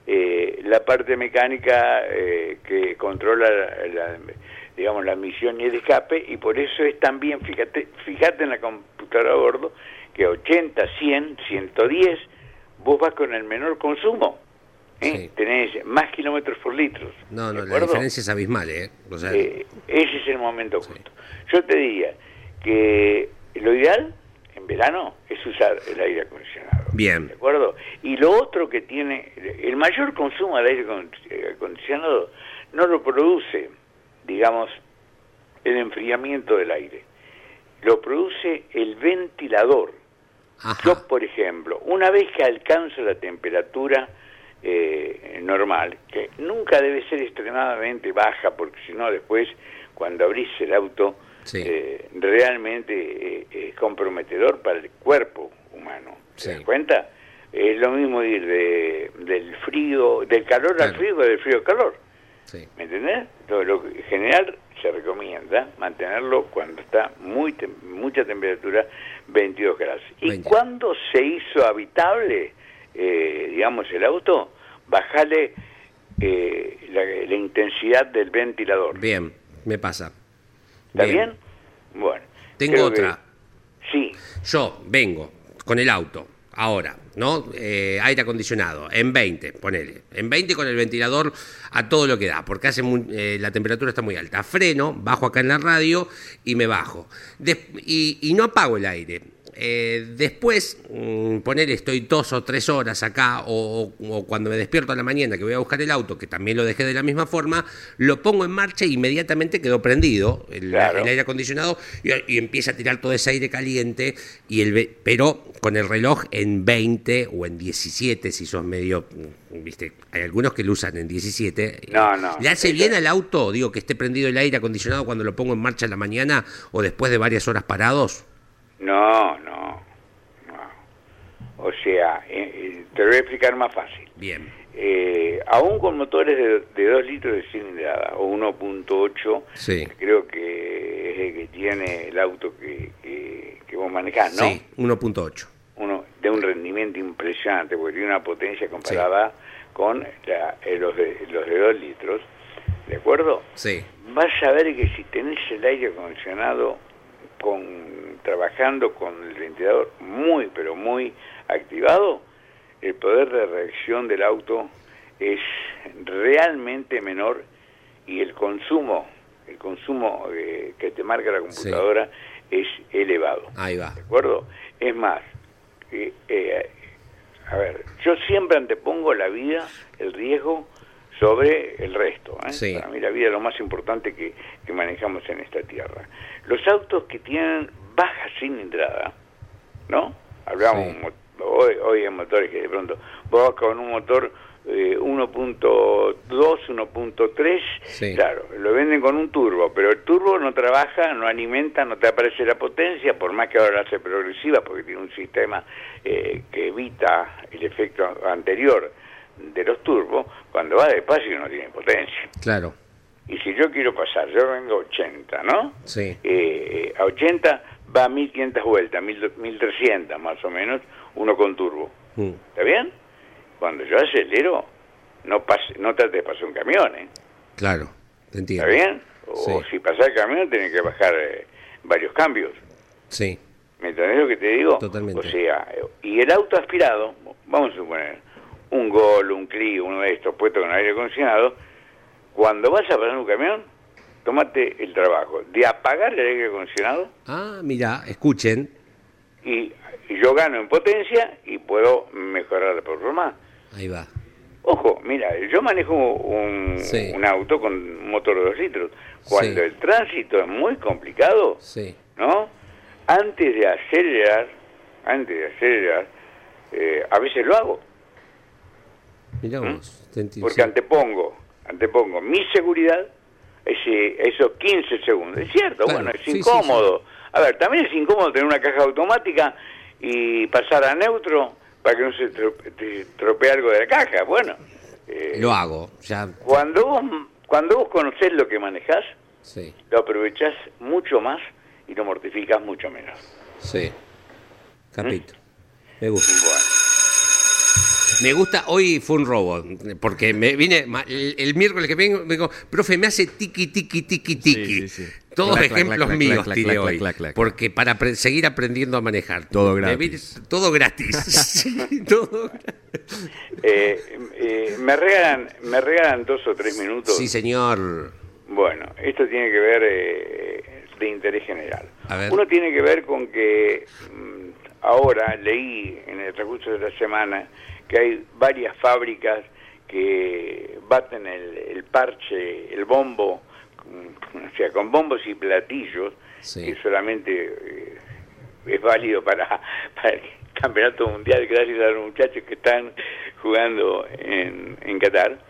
eh, la parte mecánica eh, que controla la, la, digamos, la admisión y el escape, y por eso es también, fíjate, fíjate en la computadora a bordo, que ochenta, cien, ciento diez, vos vas con el menor consumo, ¿eh? Sí. Tenés más kilómetros por litro. No, no, ¿de la acuerdo? diferencia es abismal, ¿eh? O sea, Eh, ese es el momento justo. Yo te diría que lo ideal en verano es usar el aire acondicionado. Bien. ¿De acuerdo? Y lo otro que tiene, el mayor consumo del aire acon- acondicionado no lo produce, digamos, el enfriamiento del aire. Lo produce el ventilador. Ajá. Yo, por ejemplo, una vez que alcanzo la temperatura eh, normal, que nunca debe ser extremadamente baja, porque si no después, cuando abrís el auto, Sí. eh, realmente eh, es comprometedor para el cuerpo humano. ¿Te Sí. das cuenta? Es lo mismo ir de, del frío, del calor al Claro. frío que del frío al calor. Sí. ¿Me entendés? Lo, lo que en general se recomienda mantenerlo cuando está muy tem- mucha temperatura, veintidós grados. ¿Y veinte. cuando se hizo habitable, eh, digamos, el auto? Bajarle eh, la, la intensidad del ventilador. Bien, me pasa. ¿Está bien? Bueno. Tengo creo que- otra. Sí, Yo vengo con el auto, ahora, ¿no? Eh, aire acondicionado, en veinte, ponele. En veinte con el ventilador a todo lo que da, porque hace muy- eh, la temperatura está muy alta. Freno, bajo acá en la radio y me bajo. Des- y, y no apago el aire. Eh, después, mm, ponele, estoy dos o tres horas acá, o, o cuando me despierto a la mañana que voy a buscar el auto, que también lo dejé de la misma forma, lo pongo en marcha e inmediatamente quedó prendido el, Claro. el aire acondicionado y, y empieza a tirar todo ese aire caliente, y el ve- pero con el reloj en veinte o en diecisiete, si sos medio, mm, viste, hay algunos que lo usan en diecisiete. No, no. ¿Le hace Eso- bien al auto, digo, que esté prendido el aire acondicionado cuando lo pongo en marcha en la mañana o después de varias horas parados? no, no, no. O sea, eh, eh, te lo voy a explicar más fácil. Bien. Eh, aún con motores de, de dos litros de cilindrada o uno punto ocho, Sí. creo que es el que tiene el auto que, que, que vos manejás, ¿no? Sí, uno punto ocho. Uno de un rendimiento impresionante, porque tiene una potencia comparada con la- eh, los, de, los de dos litros, ¿de acuerdo? Sí. Vas a ver que si tenés el aire acondicionado con, trabajando con el ventilador muy, pero muy activado, el poder de reacción del auto es realmente menor, y el consumo, el consumo eh, que te marca la computadora es elevado. Ahí va. ¿De acuerdo? Es más, eh, eh, a ver, yo siempre antepongo la vida, el riesgo, sobre el resto. ¿eh? Sí. Para mí la vida es lo más importante que, que manejamos en esta tierra. Los autos que tienen baja cilindrada, ¿no? Hablamos Sí. un mo- hoy, hoy en motores que de pronto vos con un motor eh, uno punto dos, uno punto tres, Sí. claro, lo venden con un turbo, pero el turbo no trabaja, no alimenta, no te aparece la potencia, por más que ahora la hace progresiva, porque tiene un sistema eh, que evita el efecto anterior de los turbos. Cuando va despacio no tiene potencia. Claro. Y si yo quiero pasar, yo vengo a ochenta, ¿no? Sí. Eh, a ochenta va a mil quinientas vueltas, mil trescientas más o menos, uno con turbo. Mm. ¿Está bien? Cuando yo acelero, no pase, no trate de pasar un camión, ¿eh? Claro, te entiendo. ¿Está bien? O Sí. si pasa el camión, tiene que bajar eh, varios cambios. Sí, ¿Me entendés lo que te digo? Totalmente. O sea, eh, y el auto aspirado, vamos a suponer, un Gol, un Clio, uno de estos puestos con aire acondicionado, cuando vas a pasar un camión, tómate el trabajo de apagar el aire acondicionado ah, mira, escuchen. y, y yo gano en potencia y puedo mejorar la performance. Ahí va. Ojo, mira, yo manejo un, Sí. un auto con motor de dos litros. Cuando Sí. el tránsito es muy complicado, Sí. ¿no? Antes de acelerar, antes de acelerar, eh, a veces lo hago, Mirá vos, te entiendo. porque Sí. antepongo, antepongo mi seguridad, ese, esos quince segundos. Es cierto, Claro, bueno, es sí, sí, incómodo. A ver, también es incómodo tener una caja automática y pasar a neutro para que no se trope- te estropee algo de la caja. Bueno, eh, Lo hago, ya. cuando vos, cuando vos conocés lo que manejás, Sí, lo aprovechás mucho más y lo mortificás mucho menos. sí. Capito. Me gusta. Bueno. Me gusta, hoy fue un robo, porque me vine, ma- el, el miércoles que vengo, me digo, profe, me hace tiqui, tiqui, tiqui, tiqui. Sí, sí, sí. Todos Clac, clac, ejemplos clac, míos clac, tiré clac, hoy, clac, clac. porque para apre- seguir aprendiendo a manejar. Todo Me gratis. vine- todo gratis. Sí, todo gratis. Eh, eh, me regalan me regalan dos o tres minutos. Sí, señor. Bueno, esto tiene que ver eh, de interés general. A ver. Uno tiene que ver con que mm, ahora leí en el transcurso de la semana que hay varias fábricas que baten el, el parche, el bombo, con- o sea, con bombos y platillos, Sí. que solamente eh, es válido para, para el campeonato mundial, gracias a los muchachos que están jugando en, en Qatar.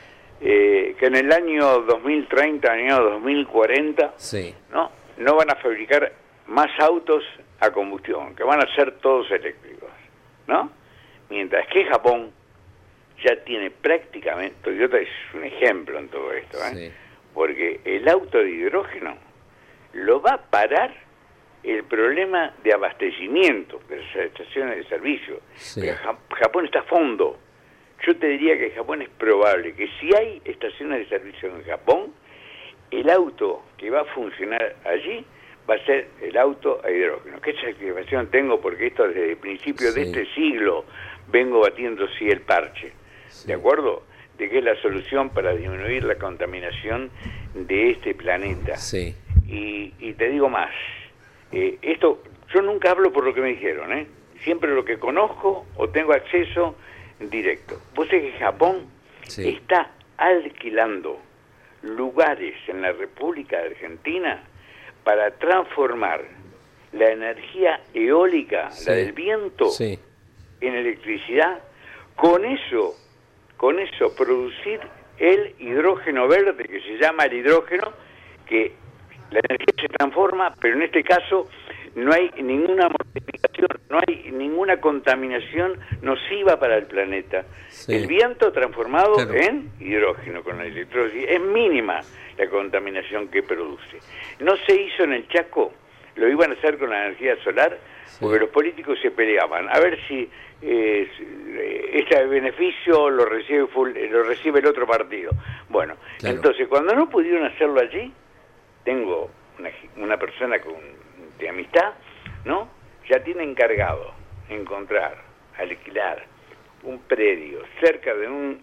Eh, que en el año dos mil treinta, en el año dos mil cuarenta, Sí. no, no van a fabricar más autos a combustión, que van a ser todos eléctricos, ¿no? Mientras que Japón ya tiene prácticamente, Toyota es un ejemplo en todo esto, ¿eh? Sí. Porque el auto de hidrógeno lo va a parar el problema de abastecimiento de las estaciones de servicio. Sí. Pero Ja- Japón está a fondo. Yo te diría que Japón es probable que si hay estaciones de servicio en Japón, el auto que va a funcionar allí va a ser el auto a hidrógeno. ¿Qué satisfacción tengo? Porque esto desde el principio de Sí. este siglo vengo batiendo sí el parche, Sí. ¿de acuerdo? De que es la solución para disminuir la contaminación de este planeta. Sí. Y, y te digo más, eh, esto, yo nunca hablo por lo que me dijeron, ¿eh? Siempre lo que conozco o tengo acceso directo. Vos sabés que Japón Sí. está alquilando lugares en la República de Argentina para transformar la energía eólica, Sí. la del viento, Sí. en electricidad, con eso, con eso producir el hidrógeno verde, que se llama el hidrógeno, que la energía se transforma, pero en este caso no hay ninguna mortificación, no hay ninguna contaminación nociva para el planeta. Sí. El viento transformado Claro. en hidrógeno con la electrólisis, es mínima la contaminación que produce. No se hizo en el Chaco, lo iban a hacer con la energía solar, porque los políticos se peleaban a ver si eh, este beneficio lo recibe full- lo recibe el otro partido. Bueno, Claro. entonces cuando no pudieron hacerlo allí, tengo una, una persona con, de amistad, ¿no? Ya tiene encargado encontrar, alquilar un predio cerca de un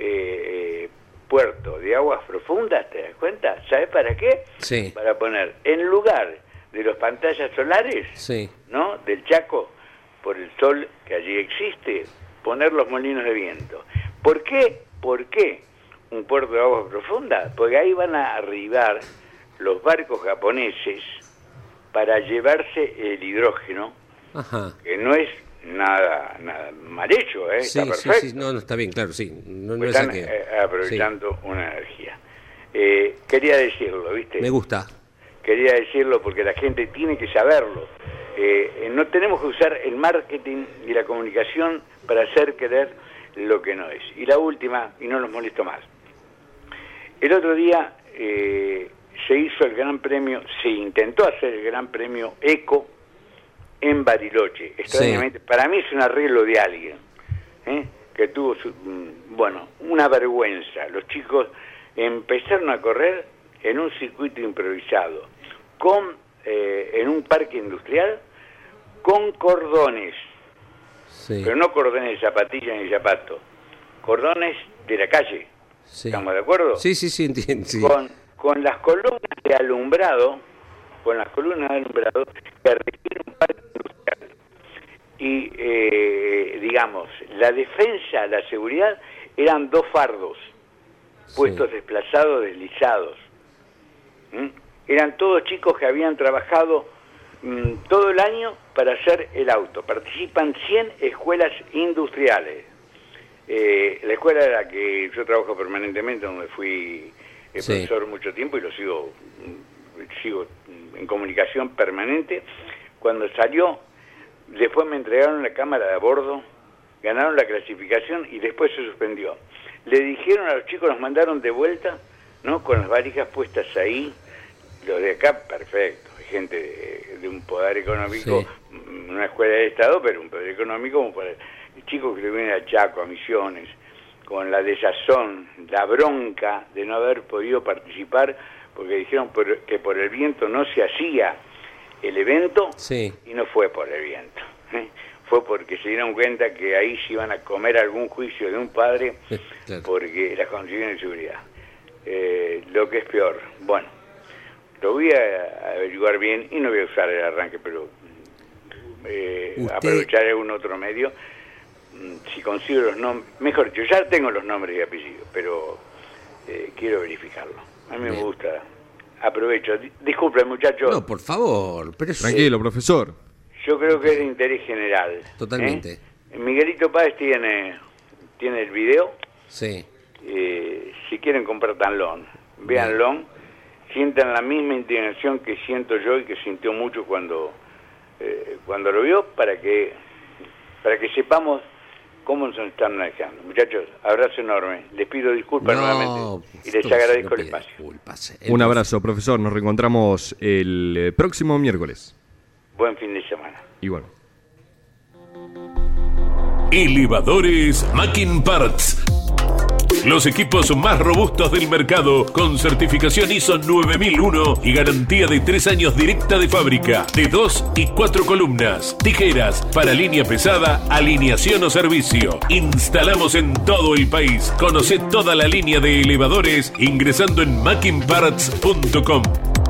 eh, puerto de aguas profundas, ¿te das cuenta? ¿Sabes para qué? Sí. Para poner en lugar de las pantallas solares, Sí. ¿no? Del Chaco, por el sol que allí existe, poner los molinos de viento. ¿Por qué? ¿Por qué un puerto de agua profunda? Porque ahí van a arribar los barcos japoneses para llevarse el hidrógeno, Ajá. que no es nada, nada mal hecho, ¿eh? Sí, está sí, perfecto. sí, no, no, está bien, claro, sí. No, no Pues es están que... eh, aprovechando sí. una energía. Eh, quería decirlo, ¿viste? Me gusta. Quería decirlo porque la gente tiene que saberlo. Eh, no tenemos que usar el marketing y la comunicación para hacer creer lo que no es. Y la última, y no los molesto más. El otro día eh, se hizo el Gran Premio, se intentó hacer el Gran Premio Eco en Bariloche. Extrañamente, sí. Para mí es un arreglo de alguien, ¿eh? que tuvo, su, bueno, una vergüenza. Los chicos empezaron a correr en un circuito improvisado, con eh, en un parque industrial, con cordones, sí. pero no cordones de zapatilla ni zapato, cordones de la calle. Sí. ¿Estamos de acuerdo? Sí, sí, sí, entiendo. Sí. Con, con las columnas de alumbrado, con las columnas de alumbrado que requieren un parque industrial. Y, eh, digamos, la defensa, la seguridad, eran dos fardos, sí. puestos desplazados, deslizados. ¿Mm? Eran todos chicos que habían trabajado mmm, todo el año para hacer el auto. Participan cien escuelas industriales. Eh, la escuela en la que yo trabajo permanentemente, donde fui eh, sí. profesor mucho tiempo y lo sigo, sigo en comunicación permanente, cuando salió, después me entregaron la cámara de a bordo, ganaron la clasificación y después se suspendió. Le dijeron a los chicos, los mandaron de vuelta, ¿no? Con las valijas puestas ahí, los de acá, perfecto, hay gente de, de un poder económico, sí. una escuela de Estado, pero un poder económico como para... chicos que vienen a Chaco, a Misiones, con la desazón, la bronca de no haber podido participar, porque dijeron por, que por el viento no se hacía el evento, sí. y no fue por el viento, ¿eh? Fue porque se dieron cuenta que ahí se iban a comer algún juicio de un padre, claro. porque las condiciones de seguridad. Eh, lo que es peor, bueno, lo voy a averiguar bien y no voy a usar el arranque, pero eh, ¿Usted... aprovechar algún otro medio. Si consigo los nombres, mejor dicho, ya tengo los nombres y apellidos, pero eh, quiero verificarlo. A mí Bien. me gusta. Aprovecho. Disculpen, muchachos. No, por favor. Pero Tranquilo, eh, profesor. Yo creo que es de interés general. Totalmente. ¿eh? Miguelito Páez tiene, tiene el video. Sí. Eh, si quieren, compártanlo. Véanlo. Bien. Sientan la misma indignación que siento yo y que sintió mucho cuando, eh, cuando lo vio, para que, para que sepamos cómo nos están manejando. Muchachos, abrazo enorme. Les pido disculpas no, nuevamente y les agradezco no el espacio. Disculpas. Un abrazo, profesor. Nos reencontramos el eh, próximo miércoles. Buen fin de semana. Igual. Elevadores Mackin Parts. Los equipos más robustos del mercado, con certificación I S O nueve mil uno y garantía de tres años directa de fábrica, de dos y cuatro columnas, tijeras para línea pesada, alineación o servicio. Instalamos en todo el país. Conoce toda la línea de elevadores ingresando en mackin parts punto com.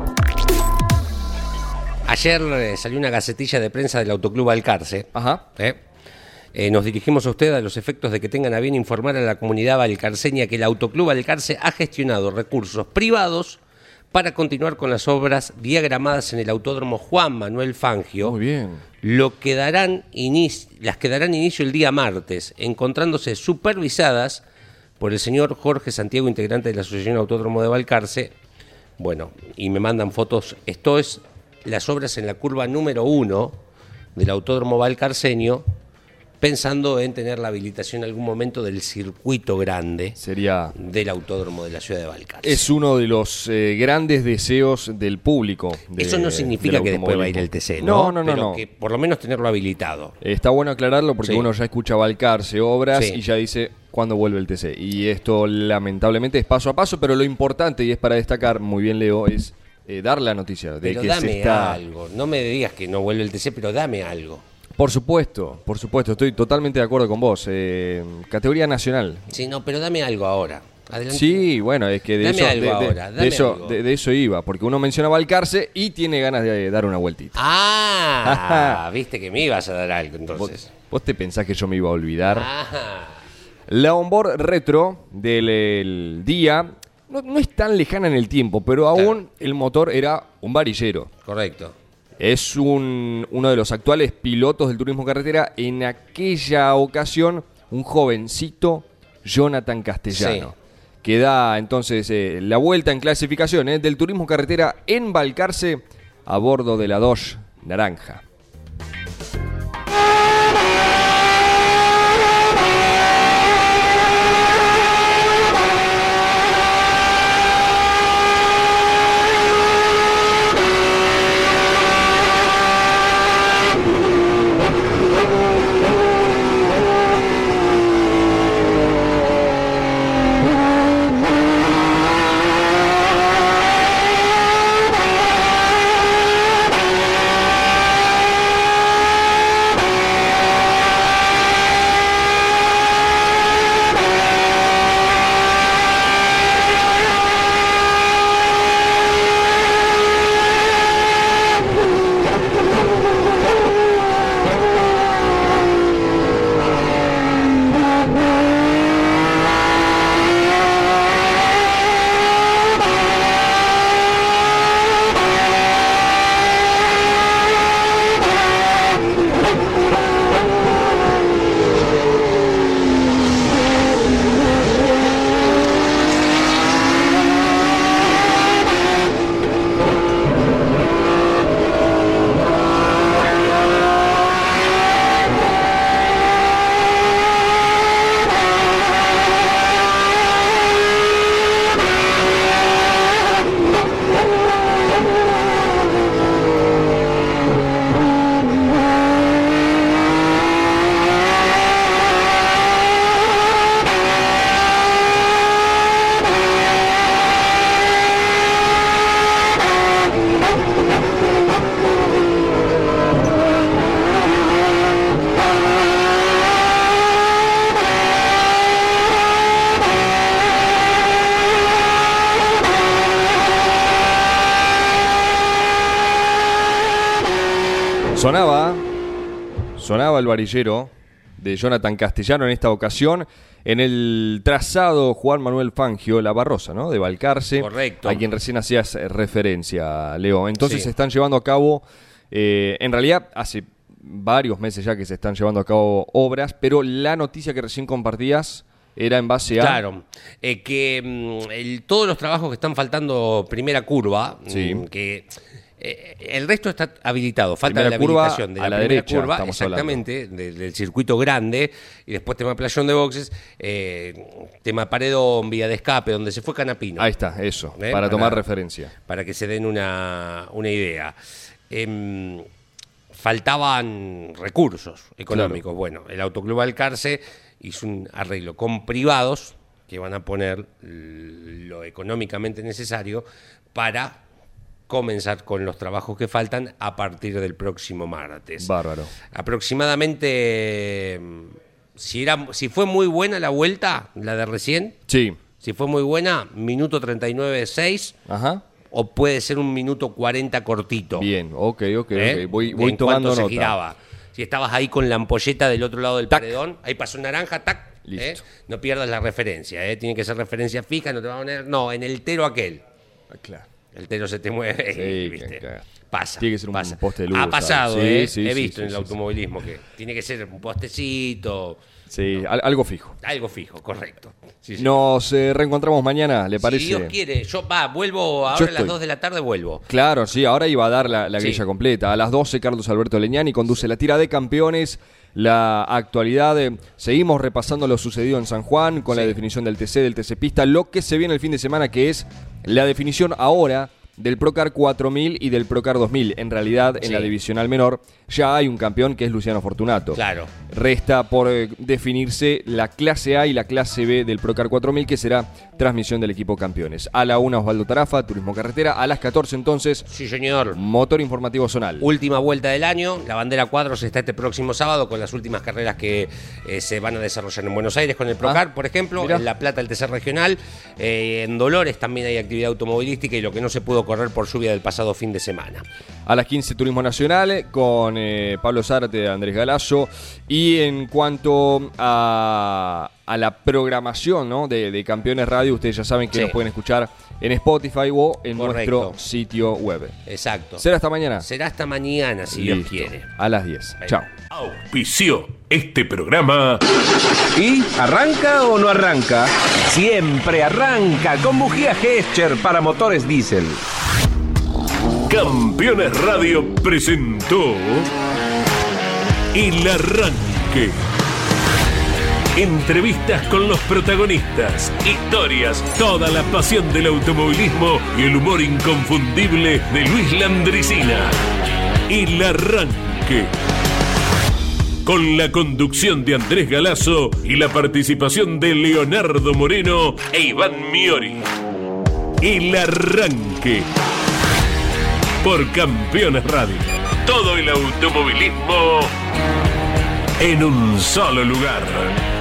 Ayer eh, salió una gacetilla de prensa del Autoclub Balcarce. Ajá. ¿Eh? Eh, nos dirigimos a usted a los efectos de que tengan a bien informar a la comunidad balcarceña que el Autoclub Balcarce ha gestionado recursos privados para continuar con las obras diagramadas en el Autódromo Juan Manuel Fangio. Muy bien. Lo que darán inicio, las que darán inicio el día martes, encontrándose supervisadas por el señor Jorge Santiago, integrante de la Asociación Autódromo de Balcarce. Bueno, y me mandan fotos. Esto es las obras en la curva número uno del Autódromo Balcarceño, pensando en tener la habilitación en algún momento del circuito grande Sería... del autódromo de la ciudad de Balcarce. Es uno de los eh, grandes deseos del público. De, Eso no significa que después va a ir el T C, ¿no? No, no, no. Pero no. que por lo menos tenerlo habilitado. Está bueno aclararlo porque sí. uno ya escucha Balcarce, obras, sí. y ya dice cuándo vuelve el T C. Y esto lamentablemente es paso a paso, pero lo importante, y es para destacar, muy bien Leo, es eh, dar la noticia de pero que dame se está... algo. No me digas que no vuelve el T C, pero dame algo. Por supuesto, por supuesto, estoy totalmente de acuerdo con vos. Eh, categoría nacional. Sí, no, pero dame algo ahora. Adelante. Sí, bueno, es que de dame eso, algo de, ahora, de, dame de eso, algo. De, de eso iba, porque uno menciona Balcarce y tiene ganas de dar una vueltita. Ah, viste que me ibas a dar algo entonces. ¿Vos, vos te pensás que yo me iba a olvidar? Ajá. La onboard retro del el día no, no es tan lejana en el tiempo, pero aún claro. el motor era un varillero. Correcto. Es un, uno de los actuales pilotos del turismo carretera. En aquella ocasión, un jovencito, Jonathan Castellano, sí. que da entonces eh, la vuelta en clasificación eh, del turismo carretera en Balcarce a bordo de la Dodge naranja. Sonaba, sonaba el varillero de Jonathan Castellano en esta ocasión en el trazado Juan Manuel Fangio, La Barrosa, ¿no? De Balcarce. Correcto. A quien recién hacías referencia, Leo. Entonces Sí. se están llevando a cabo, eh, en realidad hace varios meses ya que se están llevando a cabo obras, pero la noticia que recién compartías era en base a... Claro, eh, que mm, el, todos los trabajos que están faltando primera curva, Sí. mm, que eh, el resto está habilitado, falta Primera la curva habilitación de a la, la primera derecha, curva, estamos exactamente, de- del circuito grande, y después tema playón de boxes, eh, tema Paredón, vía de escape, donde se fue Canapino. Ahí está, eso, ¿Eh? para tomar Para- referencia. Para que se den una, una idea. Em, faltaban recursos económicos. Claro. Bueno, el Autoclub Balcarce hizo un arreglo con privados que van a poner lo económicamente necesario para comenzar con los trabajos que faltan a partir del próximo martes. Bárbaro. Aproximadamente, em, si, era, si fue muy buena la vuelta, la de recién, Sí, si fue muy buena, minuto treinta y nueve seis, ajá. o puede ser un minuto cuarenta cortito. Bien, ok, ok, ¿eh? ok. Voy, De voy en tomando cuánto nota. se giraba. Si estabas ahí con la ampolleta del otro lado del Tac. paredón, ahí pasó naranja, tac. Listo. ¿eh? No pierdas la referencia, ¿eh? Tiene que ser referencia fija, no te va a poner. No, en el tero aquel. Ah, claro. El tero se te mueve, Sí, ¿viste? que- que- Pasa. tiene que ser un pasa. poste de luz, Ha pasado, ¿sabes? ¿eh? Sí, sí, He sí, visto sí, en el sí, automovilismo que tiene que ser un postecito, Sí, al- algo fijo. algo fijo, correcto. Sí, sí. Nos eh, reencontramos mañana, ¿le parece? Si Dios quiere, yo va, vuelvo ahora Yo a las estoy. dos de la tarde, vuelvo. Claro, sí, ahora iba a dar la, la Sí. grilla completa. A las doce, Carlos Alberto Leñani conduce la tira de campeones, la actualidad. eh, seguimos repasando lo sucedido en San Juan con la Sí. definición del T C, del T C Pista, lo que se viene el fin de semana, que es la definición ahora del Procar cuatro mil y del Procar dos mil. En realidad, en Sí. la divisional menor, ya hay un campeón que es Luciano Fortunato. Claro. Resta por eh, definirse la clase A y la clase B del Procar cuatro mil, que será transmisión del equipo campeones. A la una, Osvaldo Tarafa, Turismo Carretera. A las catorce, entonces, Sí, señor. Motor Informativo Zonal. Última vuelta del año, la bandera cuadros está este próximo sábado con las últimas carreras que eh, se van a desarrollar en Buenos Aires con el Procar, Ah, por ejemplo, mirá. en La Plata el T C regional, eh, en Dolores también hay actividad automovilística y lo que no se pudo correr por lluvia del pasado fin de semana. A las quince, Turismo Nacional con eh, Pablo Zárate, Andrés Galazo. Y en cuanto a, a la programación, ¿no? de, de Campeones Radio, ustedes ya saben que Sí. nos pueden escuchar en Spotify o en Correcto. nuestro sitio web. Exacto. ¿Será hasta mañana? Será hasta mañana, si Listo. Dios quiere. A las diez. Ahí Chao. Auspició este programa. ¿Y arranca o no arranca? Siempre arranca con bujía Gescher para motores diésel. Campeones Radio presentó El Arranque. Entrevistas con los protagonistas, historias, toda la pasión del automovilismo y el humor inconfundible de Luis Landricina. El Arranque. Con la conducción de Andrés Galazo y la participación de Leonardo Moreno e Iván Miori. El Arranque. Por Campeones Radio. Todo el automovilismo en un solo lugar.